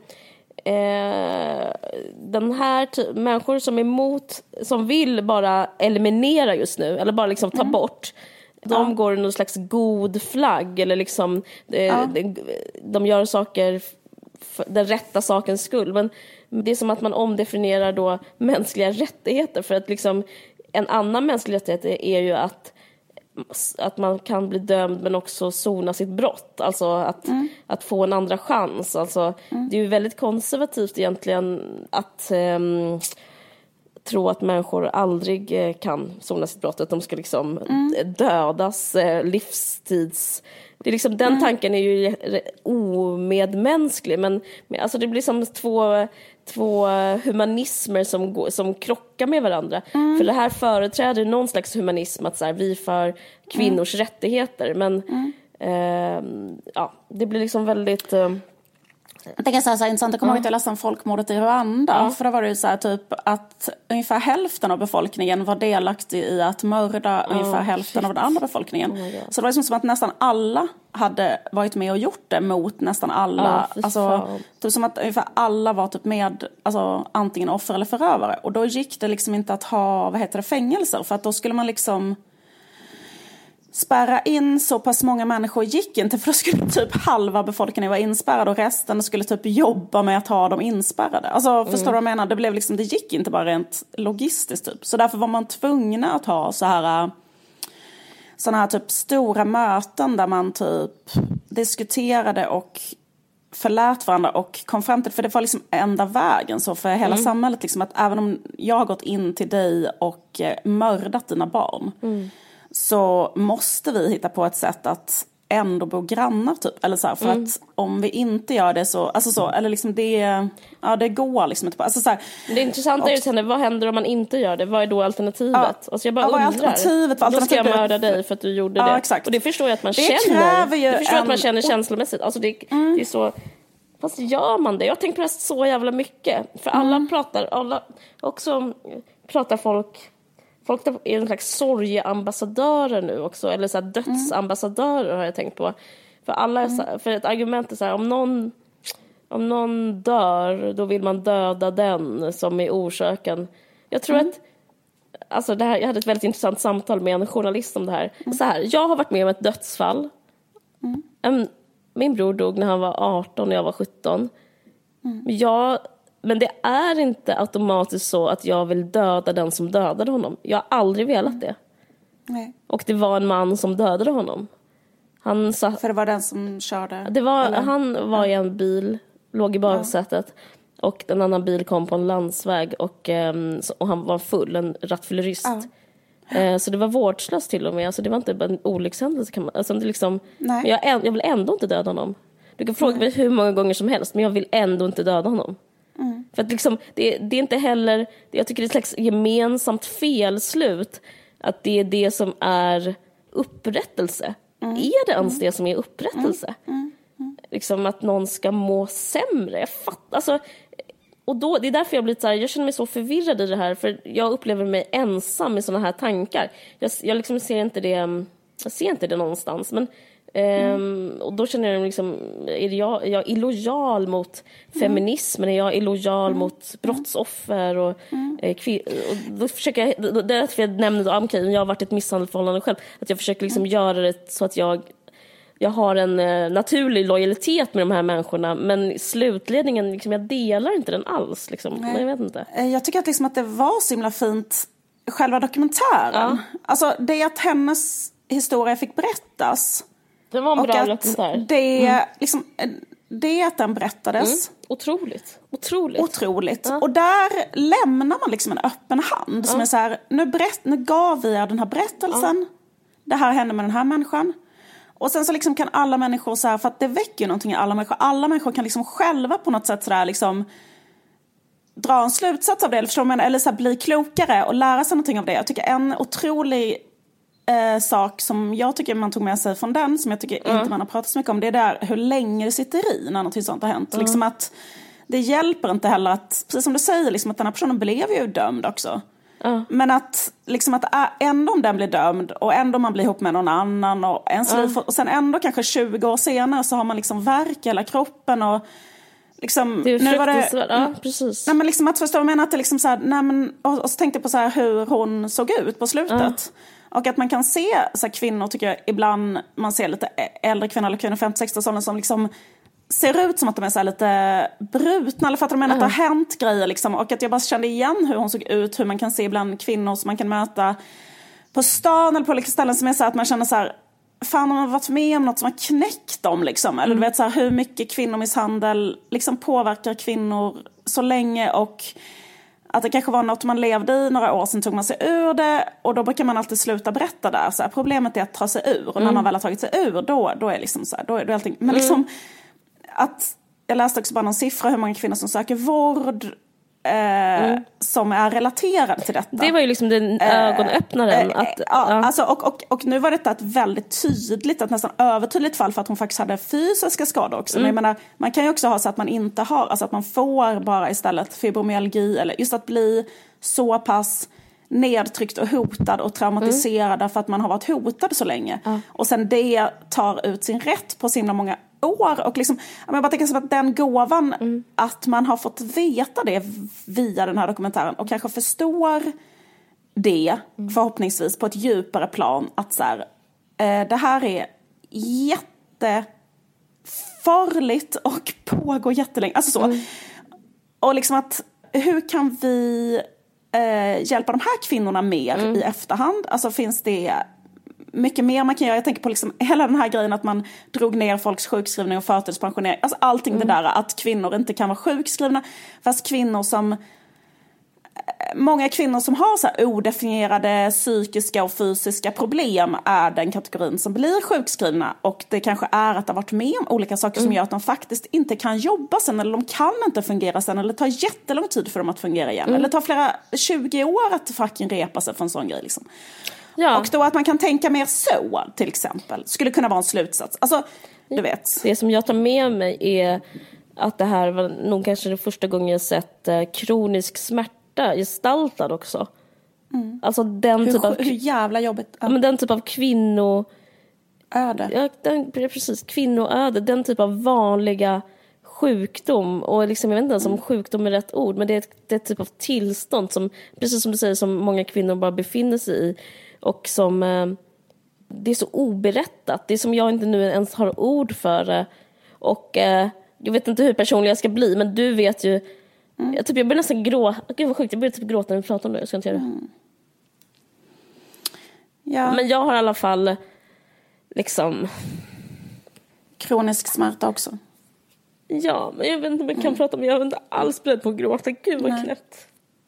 den här människor som är emot, som vill bara eliminera just nu eller bara liksom ta bort, de går någon slags god flagg eller liksom de gör saker för den rätta sakens skull, men det är som att man omdefinierar då mänskliga rättigheter, för att liksom en annan mänsklig rättighet är ju att man kan bli dömd men också sona sitt brott, alltså att få en andra chans. Alltså det är ju väldigt konservativt egentligen att tro att människor aldrig kan sona sitt brott, att de ska liksom dödas livstids. Det är liksom, den tanken är ju omedmänsklig, men alltså det blir som två humanismer som krockar med varandra. För det här företräder någon slags humanism, att så här, vi för kvinnors rättigheter, men det blir liksom väldigt... Jag tänker så här intressant, jag kommer ihåg att jag läste om folkmordet i Rwanda. För då var det ju så här typ att ungefär hälften av befolkningen var delaktig i att mörda ungefär hälften av den andra befolkningen. Så det var liksom som att nästan alla hade varit med och gjort det mot nästan alla. Alltså typ som att ungefär alla var typ med, alltså antingen offer eller förövare. Och då gick det liksom inte att ha, fängelser, för att då skulle man liksom... spärra in så pass många människor gick inte, för då skulle typ halva befolkningen vara inspärrade och resten skulle typ jobba med att ha dem inspärrade. Alltså förstår du vad jag menar? Det blev liksom, det gick inte bara rent logistiskt typ. Så därför var man tvungna att ha såna här typ stora möten där man typ diskuterade och förlät varandra och kom fram till, för det var liksom enda vägen så för hela samhället liksom, att även om jag har gått in till dig och mördat dina barn så måste vi hitta på ett sätt att ändå bo grannar typ, eller så här, för att om vi inte gör det så, alltså så, eller liksom det går liksom inte på, alltså så här, det intressanta är ju vad händer om man inte gör det? Vad är då alternativet? Alltså jag bara undrar. Alternativet då ska jag mörda dig för att du gjorde det. Exakt. Och det förstår jag att man känner känslomässigt. Alltså det är så. Fast gör man det? Jag tänker på det så jävla mycket. För alla pratar folk är en slags sorgeambassadörer nu också, eller så här dödsambassadörer har jag tänkt på. För alla för ett argument är så här, om någon dör, då vill man döda den som är orsaken. Jag tror att alltså det här, jag hade ett väldigt intressant samtal med en journalist om det här. Så här, jag har varit med om ett dödsfall. Min bror dog när han var 18 och jag var 17. Men det är inte automatiskt så att jag vill döda den som dödade honom. Jag har aldrig velat det. Nej. Och det var en man som dödade honom. För det var den som körde? Han var i en bil, låg i baksätet. Och en annan bil kom på en landsväg. Och han var full, en rattfyllerist. Så det var vårdslöst till och med. Alltså det var inte bara en olyckshändelse. Alltså det liksom, men jag vill ändå inte döda honom. Du kan fråga mig hur många gånger som helst. Men jag vill ändå inte döda honom. För att liksom, det är inte heller, jag tycker det är ett slags gemensamt felslut att det är det som är upprättelse. Är det ens det som är upprättelse? Liksom att någon ska må sämre. Jag fattar, alltså, och då, det är därför jag blir så här, jag känner mig så förvirrad i det här, för jag upplever mig ensam i såna här tankar. Jag liksom ser inte det någonstans, men och då känner jag liksom, är jag illojal mot feminismen, är jag illojal mot brottsoffer och då försöker jag, det är därför jag nämnde jag har varit ett misshandelsförhållande själv, att jag försöker liksom göra det så att jag har en naturlig lojalitet med de här människorna, men slutledningen liksom, jag delar inte den alls liksom. Jag vet inte. Jag tycker att liksom att det var så himla fint själva dokumentären. Alltså det att hennes historia fick berättas. Det var en bra dokumentär. Det att den berättades. Otroligt. Och där lämnar man liksom en öppen hand som är så här, nu gav vi er den här berättelsen. Det här hände med den här människan. Och sen så liksom kan alla människor så här, för att det väcker någonting i alla människor. Alla människor kan liksom själva på något sätt så där liksom dra en slutsats av det, eller så här, bli klokare och lära sig någonting av det. Jag tycker en otrolig sak som jag tycker man tog med sig från den, som jag tycker inte man har pratat så mycket om, det är där hur länge det sitter i när något sånt har hänt. Liksom att det hjälper inte heller att, precis som du säger, liksom att den här personen blev ju dömd också. Men att, liksom att ändå om den blir dömd och ändå man blir ihop med någon annan och ens liv, och sen ändå kanske 20 år senare så har man liksom värk i hela kroppen och liksom, det är fruktansvärt, precis. Nej, men liksom att förstå, jag menar att det liksom så här, nej, men, och så tänkte jag på så här hur hon såg ut på slutet. Och att man kan se så här, kvinnor, tycker jag ibland, man ser lite äldre kvinnor eller kvinnor 50-60 som liksom ser ut som att de är så här lite brutna, eller för att de menar att det har hänt grejer liksom. Och att jag bara kände igen hur hon såg ut, hur man kan se ibland kvinnor som man kan möta på stan eller på olika ställen, som är så här att man känner så här, fan, de har varit med om något som har knäckt dem liksom. Eller du vet så här, hur mycket kvinnomisshandel liksom påverkar kvinnor så länge, och att det kanske var något man levde i några år, sen tog man sig ur det, och då brukar man alltid sluta berätta där. Så här, problemet är att ta sig ur, och när man väl har tagit sig ur, då är liksom så här, då är allting, men liksom att jag läste också bara någon siffra hur många kvinnor som söker vård som är relaterade till detta. Det var ju liksom den ögonöppnaren. Alltså, och nu var detta ett väldigt tydligt, att nästan övertydligt fall, för att hon faktiskt hade fysiska skador också. Men jag menar, man kan ju också ha så att man inte har, alltså att man får bara istället fibromyalgi, eller just att bli så pass nedtryckt och hotad och traumatiserad för att man har varit hotad så länge. Och sen det tar ut sin rätt på så himla många år, och liksom, jag bara tänker som att den gåvan, att man har fått veta det via den här dokumentären och kanske förstår det förhoppningsvis på ett djupare plan, att så här, det här är jättefarligt och pågår jättelänge. Alltså så. Och liksom att hur kan vi hjälpa de här kvinnorna mer i efterhand? Alltså finns det mycket mer man kan göra? Jag tänker på liksom hela den här grejen att man drog ner folks sjukskrivning och förtidspensionering. Alltså allting det där att kvinnor inte kan vara sjukskrivna. Fast många kvinnor som har så här odefinierade psykiska och fysiska problem är den kategorin som blir sjukskrivna. Och det kanske är att de har varit med om olika saker som gör att de faktiskt inte kan jobba sen. Eller de kan inte fungera sen. Eller det tar jättelång tid för dem att fungera igen. Eller det tar flera 20 år att fucking repa sig för en sån grej liksom. Ja. Och då att man kan tänka mer så, till exempel, skulle kunna vara en slutsats. Alltså, du vet. Det som jag tar med mig är att det här var nog kanske den första gången jag sett kronisk smärta gestaltad också. Alltså den typ av... Hur jävla jobbigt. Ja. Men den typ av kvinnoöde. Ja, precis, kvinnoöde. Den typ av vanliga sjukdom. Och liksom, jag vet inte ens om sjukdom är rätt ord. Men det är ett typ av tillstånd som, precis som du säger, som många kvinnor bara befinner sig i. Och som det är så oberättat. Det är som jag inte nu ens har ord för det. Och jag vet inte hur personlig jag ska bli. Men du vet ju. Jag börjar nästan gråta. Gud vad sjukt, jag börjar typ gråta när vi pratar om det. Jag ska inte göra det. Ja. Men jag har i alla fall liksom kronisk smärta också. Ja, men jag vet inte om jag kan prata om. Jag är inte alls beredd på att gråta. Gud vad knäppt.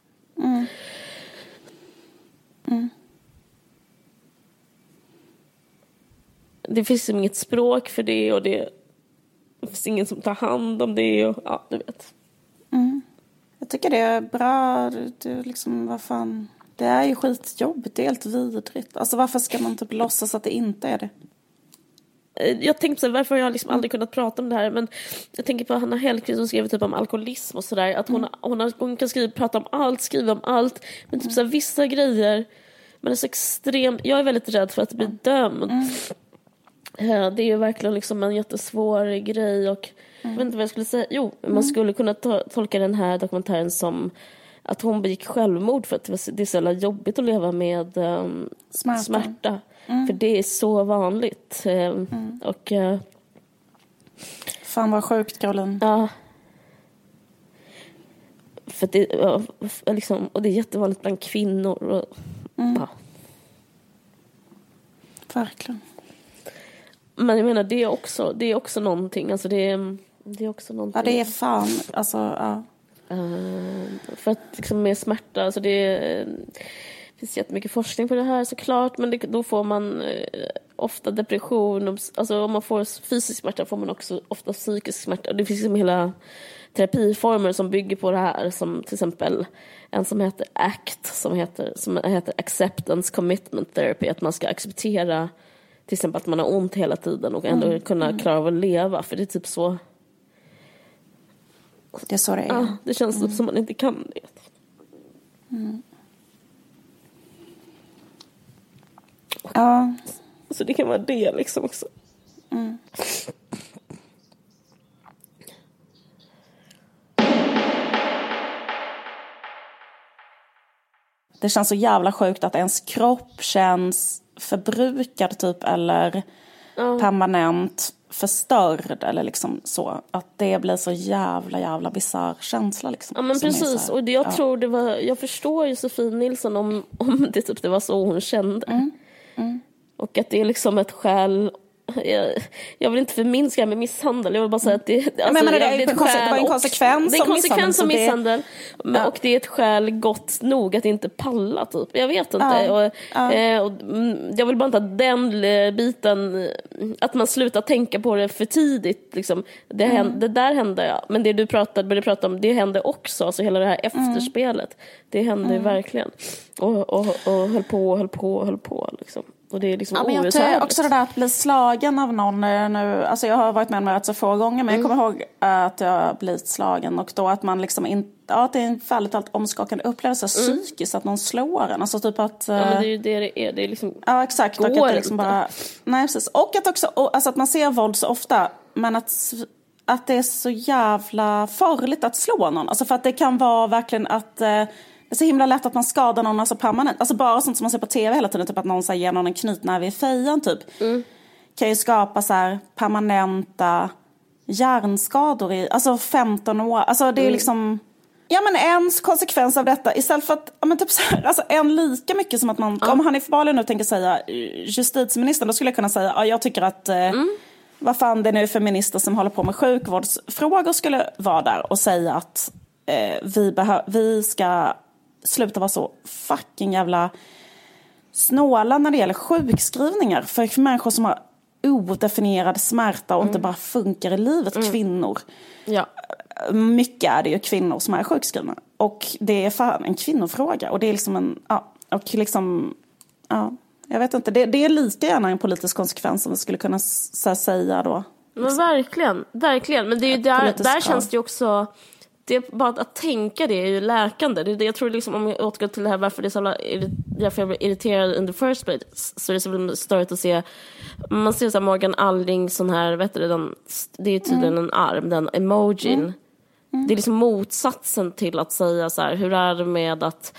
Det finns inget språk för det. Och det finns ingen som tar hand om det. Och, ja, du vet. Jag tycker det är bra. Det, liksom, vad fan. Det är ju skitjobbigt. Det är helt vidrigt. Alltså varför ska man typ låtsas att det inte är det? Jag tänkte så här, varför har jag liksom aldrig kunnat prata om det här, men jag tänker på Hanna Hellquist som skrev typ om alkoholism och sådär, att hon kan prata om allt, skriva om allt, men typ så här, vissa grejer, men det är så extremt, jag är väldigt rädd för att bli dömd. Det är ju verkligen liksom en jättesvår grej och jag vet inte vad jag skulle säga. Jo, man skulle kunna tolka den här dokumentären som att hon begick självmord för att det är så jävla jobbigt att leva med smärta. För det är så vanligt. Och fan vad sjukt, Caroline. Ja. För det liksom, och det är jättevanligt bland kvinnor och, ja. Verkligen. Men jag menar, det är också någonting. Alltså det är också någonting. Ja, det är fan. Alltså, ja. För att liksom med smärta, alltså det finns jättemycket forskning på det här såklart, men då får man ofta depression. Alltså om man får fysisk smärta får man också ofta psykisk smärta. Det finns liksom hela terapiformer som bygger på det här, som till exempel en som heter ACT, som heter Acceptance Commitment Therapy, att man ska acceptera till exempel att man har ont hela tiden och ändå kunna klara av att leva, för det är typ så. Det är så det är. Ja, det känns typ som man inte kan det. Ja. Så det kan vara det liksom också. Det känns så jävla sjukt att ens kropp känns förbrukad typ, eller permanent förstörd, eller liksom så, att det blir så jävla bizarr känsla liksom. Ja, men precis, och jag tror det var, jag förstår Josefin Nilsson om det typ det var så hon kände. Och att det är liksom ett skäl. Jag vill inte förminska med misshandel. Jag vill bara säga att det var en konsekvens. Det är en konsekvens av misshandel. Och det är ett skäl gott nog att inte palla typ. Jag vet inte. Och jag vill bara inte att den biten, att man slutar tänka på det för tidigt liksom. Det där hände, men det du började prata om, det hände också. Alltså hela det här efterspelet, det hände verkligen. Och höll på liksom. Och det är liksom men jag tror också det där att bli slagen av någon nu. Alltså jag har varit med om det så få gånger, men jag kommer ihåg att jag har blivit slagen, och då att man liksom inte, det är en väldigt omskakande upplevelse psykiskt att någon slår en. Alltså typ att men det är ju det är liksom. Ja, exakt. Och att det liksom bara, nej precis. Och att också, alltså att man ser våld så ofta, men att det är så jävla farligt att slå någon. Alltså för att det kan vara verkligen att det är så himla lätt att man skadar någon alltså permanent. Alltså bara sånt som man ser på tv hela tiden, typ att någon så här, ger någon en knytnäve i fejan typ. Kan ju skapa så här permanenta hjärnskador i alltså 15 år. Alltså det är liksom, ja men en konsekvens av detta istället för att, ja men typ så här, alltså en lika mycket som att man, om Hanif Bali nu tänker säga justitieministern, då skulle jag kunna säga, ja jag tycker att vad fan det nu är för minister som håller på med sjukvårdsfrågor skulle vara där och säga att vi ska sluta vara så fucking jävla snåla när det gäller sjukskrivningar för människor som har odefinierad smärta och inte bara funkar i livet, kvinnor. Ja. Mycket är det ju kvinnor som är sjukskrivna. Och det är fan en kvinnofråga. Och det är liksom en, ja, och liksom, ja, jag vet inte. Det är lika gärna en politisk konsekvens som vi skulle kunna säga då. Men verkligen. Men det är ju där känns det ju också, det är bara att tänka det är ju läkande. Det är det jag tror liksom, om jag återgår till det här varför det är så därför jag blir irriterad in the first place, så är det så störigt att se. Man ser så här Morgan Alling sån här, vet du, det är tydligen en arm, den emojin. Det är liksom motsatsen till att säga så här, hur är det med att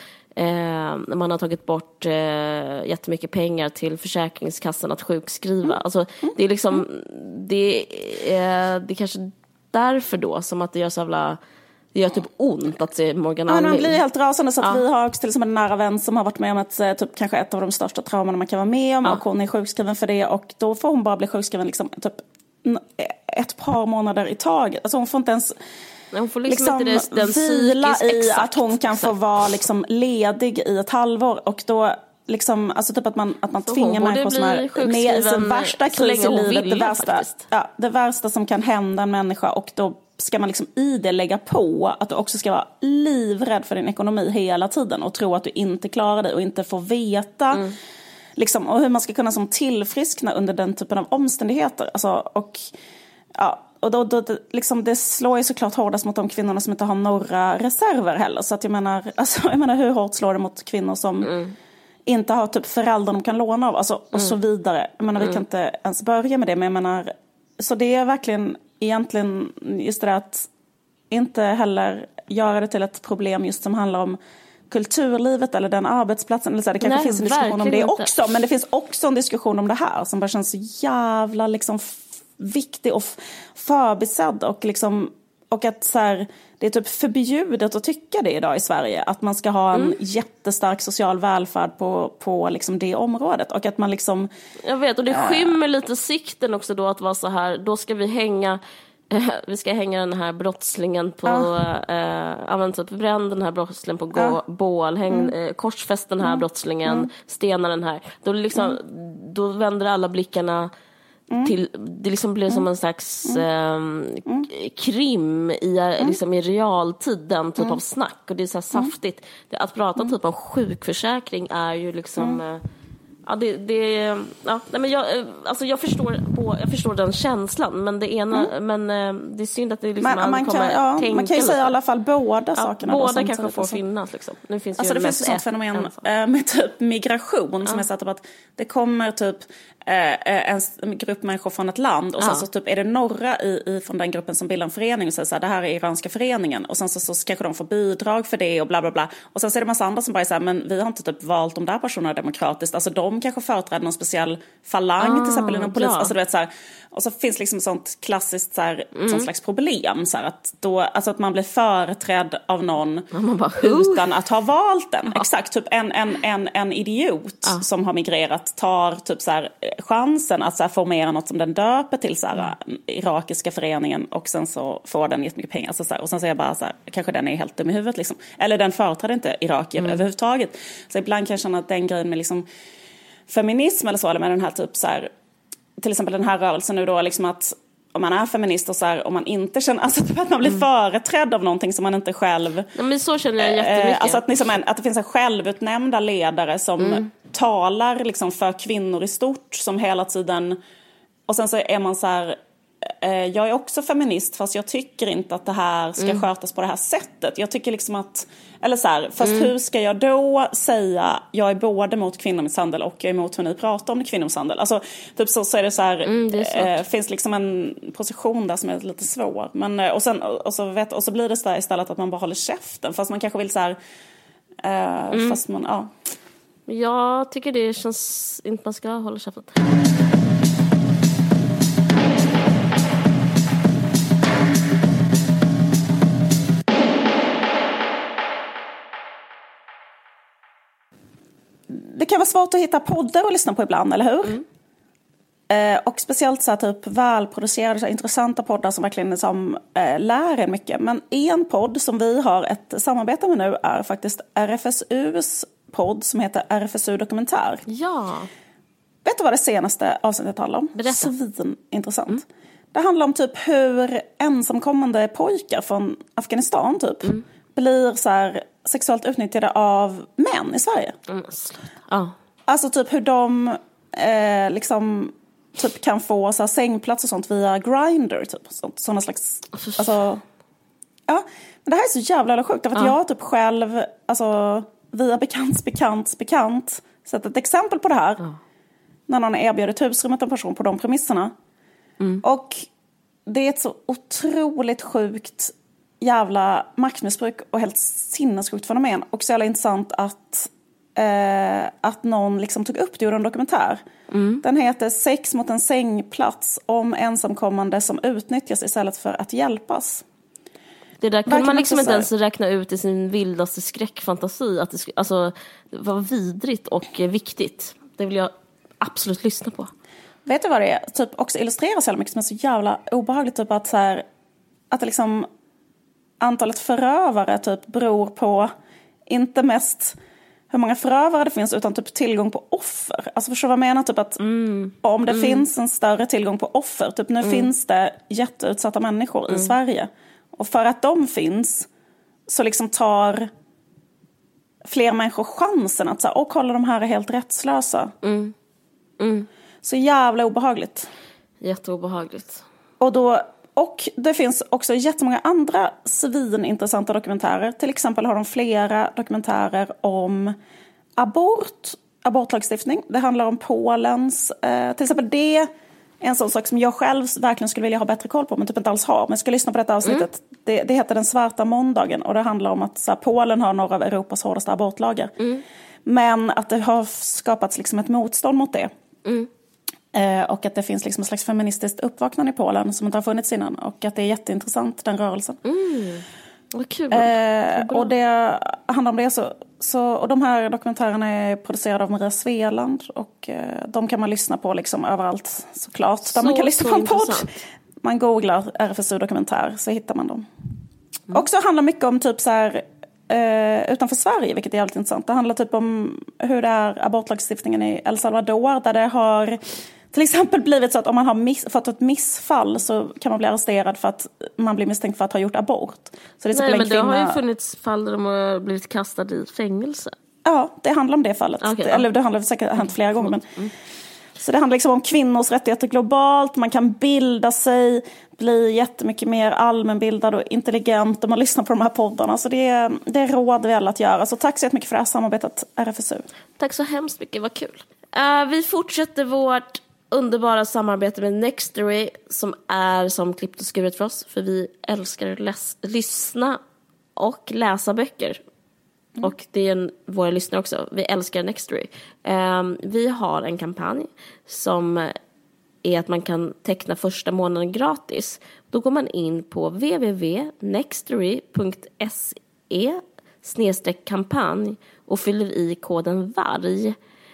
man har tagit bort jättemycket pengar till Försäkringskassan att sjukskriva. Alltså det är liksom det är kanske därför då som att det gör så jävla, det gör typ ont att se Morgan Alling. Man blir helt rasande så att vi har också till exempel en nära vän som har varit med om ett, typ kanske ett av de största trauman man kan vara med om och hon är sjukskriven för det och då får hon bara bli sjukskriven liksom typ ett par månader i taget. Alltså hon får inte ens hon får liksom inte den vila i att hon kan få vara liksom ledig i ett halvår och då liksom, alltså typ att man tvingar människor som är med i sin värsta kris i livet, det värsta som kan hända en människa och då ska man liksom i det lägga på att du också ska vara livrädd för din ekonomi hela tiden och tro att du inte klarar det och inte får veta liksom, och hur man ska kunna som tillfriskna under den typen av omständigheter. Alltså, och ja, och då liksom, det slår ju såklart hårdast mot de kvinnorna som inte har några reserver heller. Så att jag menar hur hårt slår det mot kvinnor som inte har typ föräldrar de kan låna av, alltså, och så vidare. Jag menar, vi kan inte ens börja med det, men jag menar, så det är verkligen egentligen just det att inte heller göra det till ett problem just som handlar om kulturlivet eller den arbetsplatsen. Eller så, det kanske finns en diskussion om det också, men det finns också en diskussion om det här som bara känns så jävla liksom viktig och förbisedd och liksom, och att så här, det är typ förbjudet att tycka det idag i Sverige, att man ska ha en jättestark social välfärd på liksom det området och att man liksom, jag vet, och det skymmer lite sikten också då att vara så här, då ska vi ska hänga den här brottslingen på typ bränn den här brottslingen på bål, korsfäst den här brottslingen, stena den här, då liksom då vänder alla blickarna till, det liksom blir som en slags krim liksom i realtid, den typ av snack, och det är så här saftigt. Att prata typ om sjukförsäkring är ju liksom jag förstår den känslan, men det ena men det är synd att det liksom man kan ju säga i alla fall båda sakerna. Båda kanske får finnas liksom. Nu finns alltså ju det finns ett sånt fenomen med typ migration som är satt upp att det kommer typ en grupp människor från ett land och sen så typ är det några från den gruppen som bildar en förening och säger så här, det här är iranska föreningen och sen så kanske de får bidrag för det och bla bla bla, och sen så är det massa andra som bara säger men vi har inte typ valt de där personerna demokratiskt, alltså de kanske företräder någon speciell falang till exempel inom polis, alltså du vet så här, och så finns liksom sånt klassiskt så här, sånt slags problem så här, att då, alltså att man blir företrädd av någon utan att ha valt den. Exakt, typ en idiot som har migrerat tar typ så här chansen att så här formera något som den döper till så här, irakiska föreningen, och sen så får den jättemycket pengar så här, och sen så är jag bara så här, kanske den är helt dum i huvudet liksom, eller den företräder inte Irak överhuvudtaget. Så ibland kan jag känna att den grejen med liksom feminism eller så, eller med den här typ så här, till exempel den här rörelsen nu då, liksom att om man är feminist och så här, om man inte känner, alltså att man blir företrädd av någonting som man inte själv, men så känner jag jättemycket. Alltså att det finns en självutnämnda ledare som talar liksom för kvinnor i stort, som hela tiden, och sen så är man så här, jag är också feminist fast jag tycker inte att det här ska skötas på det här sättet. Jag tycker liksom att, eller så här, fast hur ska jag då säga jag är både mot kvinnomisshandel och jag är emot hur ni pratar om kvinnomisshandel. Alltså typ så är det så här, finns liksom en position där som är lite svår. Men och så blir det så där istället att man bara håller käften fast man kanske vill så här, Fast man, ja. Jag tycker det känns inte man ska hålla käften. Det kan vara svårt att hitta poddar att lyssna på ibland, eller hur? Och speciellt så här, typ välproducerade, så här, intressanta poddar som verkligen liksom, lär en mycket. Men en podd som vi har ett samarbete med nu är faktiskt RFSUs podd som heter RFSU Dokumentär. Ja. Vet du vad det senaste avsnittet handlar om? Berätta. Svinintressant. Det handlar om typ hur ensamkommande pojkar från Afghanistan typ blir så här sexuellt utnyttjade av män i Sverige. Alltså typ hur de liksom typ kan få så här sängplats och sånt via Grindr typ, sådana slags alltså, ja, men det här är så jävla sjukt för att jag typ själv alltså via bekant sett ett exempel på det här när någon erbjöd ett husrum åt en person på de premisserna. Och det är ett så otroligt sjukt jävla maktmissbruk och helt sinnessjukt fenomen. Och så jävla intressant att någon liksom tog upp det ur en dokumentär. Den heter Sex mot en sängplats, om ensamkommande som utnyttjas istället för att hjälpas. Det där kan man liksom inte ens räkna ut i sin vildaste skräckfantasi att det alltså, var vidrigt och viktigt. Det vill jag absolut lyssna på. Vet du vad det är? Typ också illustreras så mycket som är så jävla obehagligt typ att så här, att det liksom antalet förövare typ beror på inte mest hur många förövare det finns utan typ tillgång på offer. Alltså förstår vad jag menar? Typ att om det finns en större tillgång på offer. Typ nu finns det jätteutsatta människor i Sverige. Och för att de finns så liksom tar fler människor chansen att säga, kolla de här är helt rättslösa. Så jävla obehagligt. Jätteobehagligt. Och det finns också jättemånga andra svinintressanta dokumentärer. Till exempel har de flera dokumentärer om abortlagstiftning. Det handlar om Polens, till exempel det är en sån sak som jag själv verkligen skulle vilja ha bättre koll på men typ inte alls har. Men jag ska lyssna på detta avsnittet. Det heter Den svarta måndagen och det handlar om att så här, Polen har några av Europas hårdaste abortlagar. Men att det har skapats liksom ett motstånd mot det. Och att det finns liksom en slags feministiskt uppvaknande i Polen som inte har funnits innan. Och att det är jätteintressant, den rörelsen. Vad kul. Och det handlar om det och de här dokumentärerna är producerade av Maria Sveland. Och de kan man lyssna på liksom överallt såklart. Där man kan lyssna på en podd. Man googlar RFSU dokumentär så hittar man dem. Och så handlar mycket om typ så här utanför Sverige, vilket är jävligt intressant. Det handlar typ om hur det är abortlagstiftningen i El Salvador där det har till exempel blivit så att om man har fått ett missfall så kan man bli arresterad för att man blir misstänkt för att ha gjort abort. Så det Nej, men det har ju funnits fall där de har blivit kastade i fängelse. Ja, det handlar om det fallet. Okay, eller det handlar säkert hänt flera gånger. Men så det handlar liksom om kvinnors rättigheter globalt. Man kan bilda sig, bli jättemycket mer allmänbildad och intelligent om man lyssnar på de här poddarna. Så det råd vi alla att göra. Så tack så mycket för det här samarbetet, RFSU. Tack så hemskt mycket, vad kul. Vi fortsätter vårt underbara samarbete med Nextory som är som klippt och skuret för oss. För vi älskar att lyssna och läsa böcker. Och det är våra lyssnare också. Vi älskar Nextory. Vi har en kampanj som är att man kan teckna första månaden gratis. Då går man in på www.nextory.se/kampanj och fyller i koden VARG.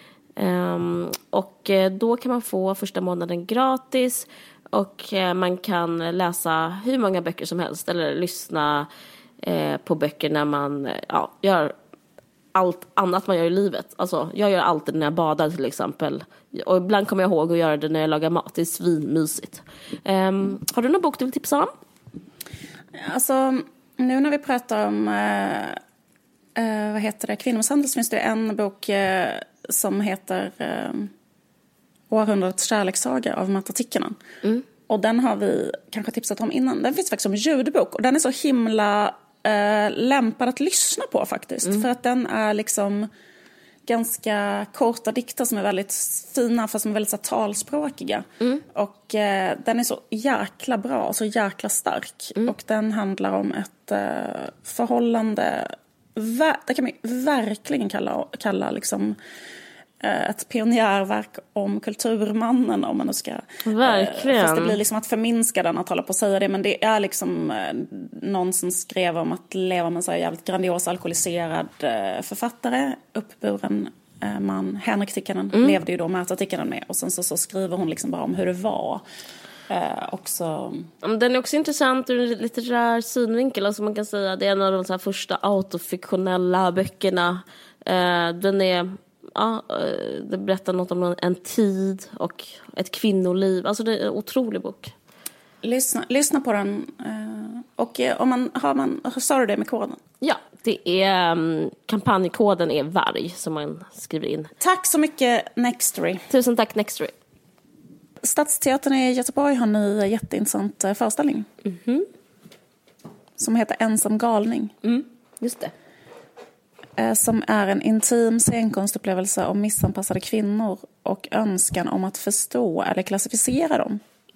Och då kan man få första månaden gratis och man kan läsa hur många böcker som helst eller lyssna på böcker när man gör allt annat man gör i livet. Alltså, jag gör alltid när jag badar till exempel. Och ibland kommer jag ihåg att göra det när jag lagar mat. Det är svinmysigt. Har du någon bok du vill tipsa om? Alltså, nu när vi pratar om kvinnomisshandel så finns det en bok som heter Århundradets kärlekssaga av Märta Tikkanen. Och den har vi kanske tipsat om innan. Den finns faktiskt som ljudbok och den är så himla lämpad att lyssna på faktiskt. För att den är liksom ganska korta dikter som är väldigt fina fast som är väldigt så talspråkiga. Och den är så jäkla bra och så jäkla stark. Och den handlar om ett förhållande det kan man verkligen kalla liksom ett pionjärverk om kulturmannen, om man nu ska... Verkligen. Fast det blir liksom att förminska den att hålla på att säga det, men det är liksom någon som skrev om att leva med en så här jävligt grandios alkoholiserad författare, uppburen man. Henrik Tikkanen levde ju då Märta Tikkanen med, och sen så skriver hon liksom bara om hur det var. Också... Den är också intressant ur en litterär synvinkel. Alltså man kan säga det är en av de så här första autofiktionella böckerna. Den är... Ja, det berättar något om en tid och ett kvinnoliv. Alltså det är en otrolig bok. Lyssna på den. Och sa du det med koden? Ja, det är kampanjkoden är varg som man skriver in. Tack så mycket Nextory. Tusen tack Nextory. Stadsteatern i Göteborg har nu en jätteintressant föreställning. Som heter Ensam galning. Just det. Som är en intim scenkonstupplevelse om missanpassade kvinnor och önskan om att förstå eller klassificera dem.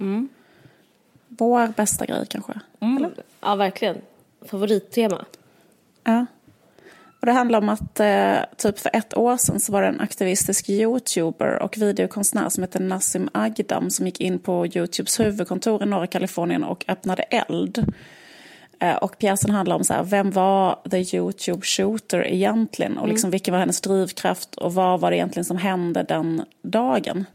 Vår bästa grej kanske. Eller? Ja, verkligen. Favorittema. Ja. Och det handlar om att typ för 1 år sedan så var det en aktivistisk YouTuber och videokonstnär som heter Nassim Agdam som gick in på YouTubes huvudkontor i norra Kalifornien och öppnade eld. Och pjäsen handlar om så här, vem var the YouTube shooter egentligen? Och liksom, vilken var hennes drivkraft? Och vad var det egentligen som hände den dagen?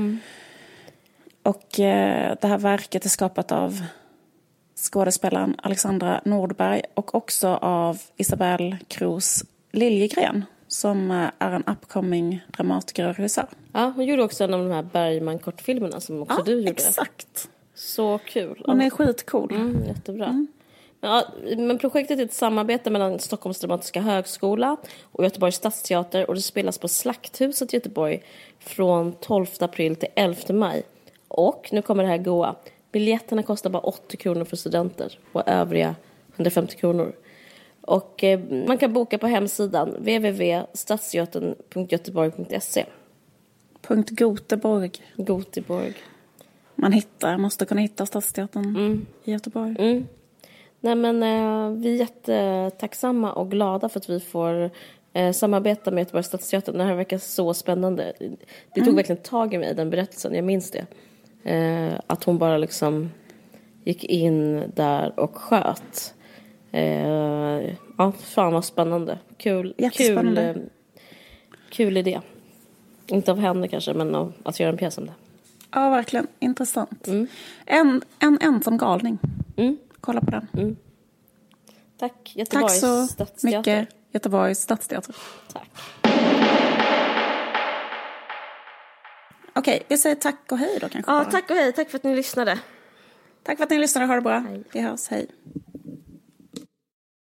Och det här verket är skapat av skådespelaren Alexandra Nordberg och också av Isabelle Kroos Liljegren som är en upcoming dramatiker och regissör. Ja, hon gjorde också en av de här Bergman-kortfilmerna som också du gjorde. Exakt. Så kul. Hon är skitcool. Jättebra. Ja, men projektet är ett samarbete mellan Stockholms dramatiska högskola och Göteborgs stadsteater och det spelas på Slakthuset i Göteborg från 12 april till 11 maj. Och nu kommer det här goa. Biljetterna kostar bara 80 kronor för studenter och övriga 150 kronor. Och man kan boka på hemsidan www.stadsteatern.göteborg.se. Göteborg. Måste kunna hitta Stadsteatern i Göteborg. Nej, men vi är jättetacksamma och glada för att vi får samarbeta med Göteborgs stadsteater. Det här verkar så spännande. Det tog verkligen tag i mig, den berättelsen. Jag minns det. Att hon bara liksom gick in där och sköt. Ja, fan vad spännande. Kul idé. Inte av henne kanske, men att göra en pjäs om det. Ja, verkligen. Intressant. En ensam galning. Kolla på den. Tack, Göteborgs stadsteater. Tack så mycket, Göteborgs stadsteater. Tack. Okej, vi säger tack och hej då kanske. Ja, tack och hej. Tack för att ni lyssnade. Tack för att ni lyssnade. Ha det bra. Hej. Vi hörs. Hej.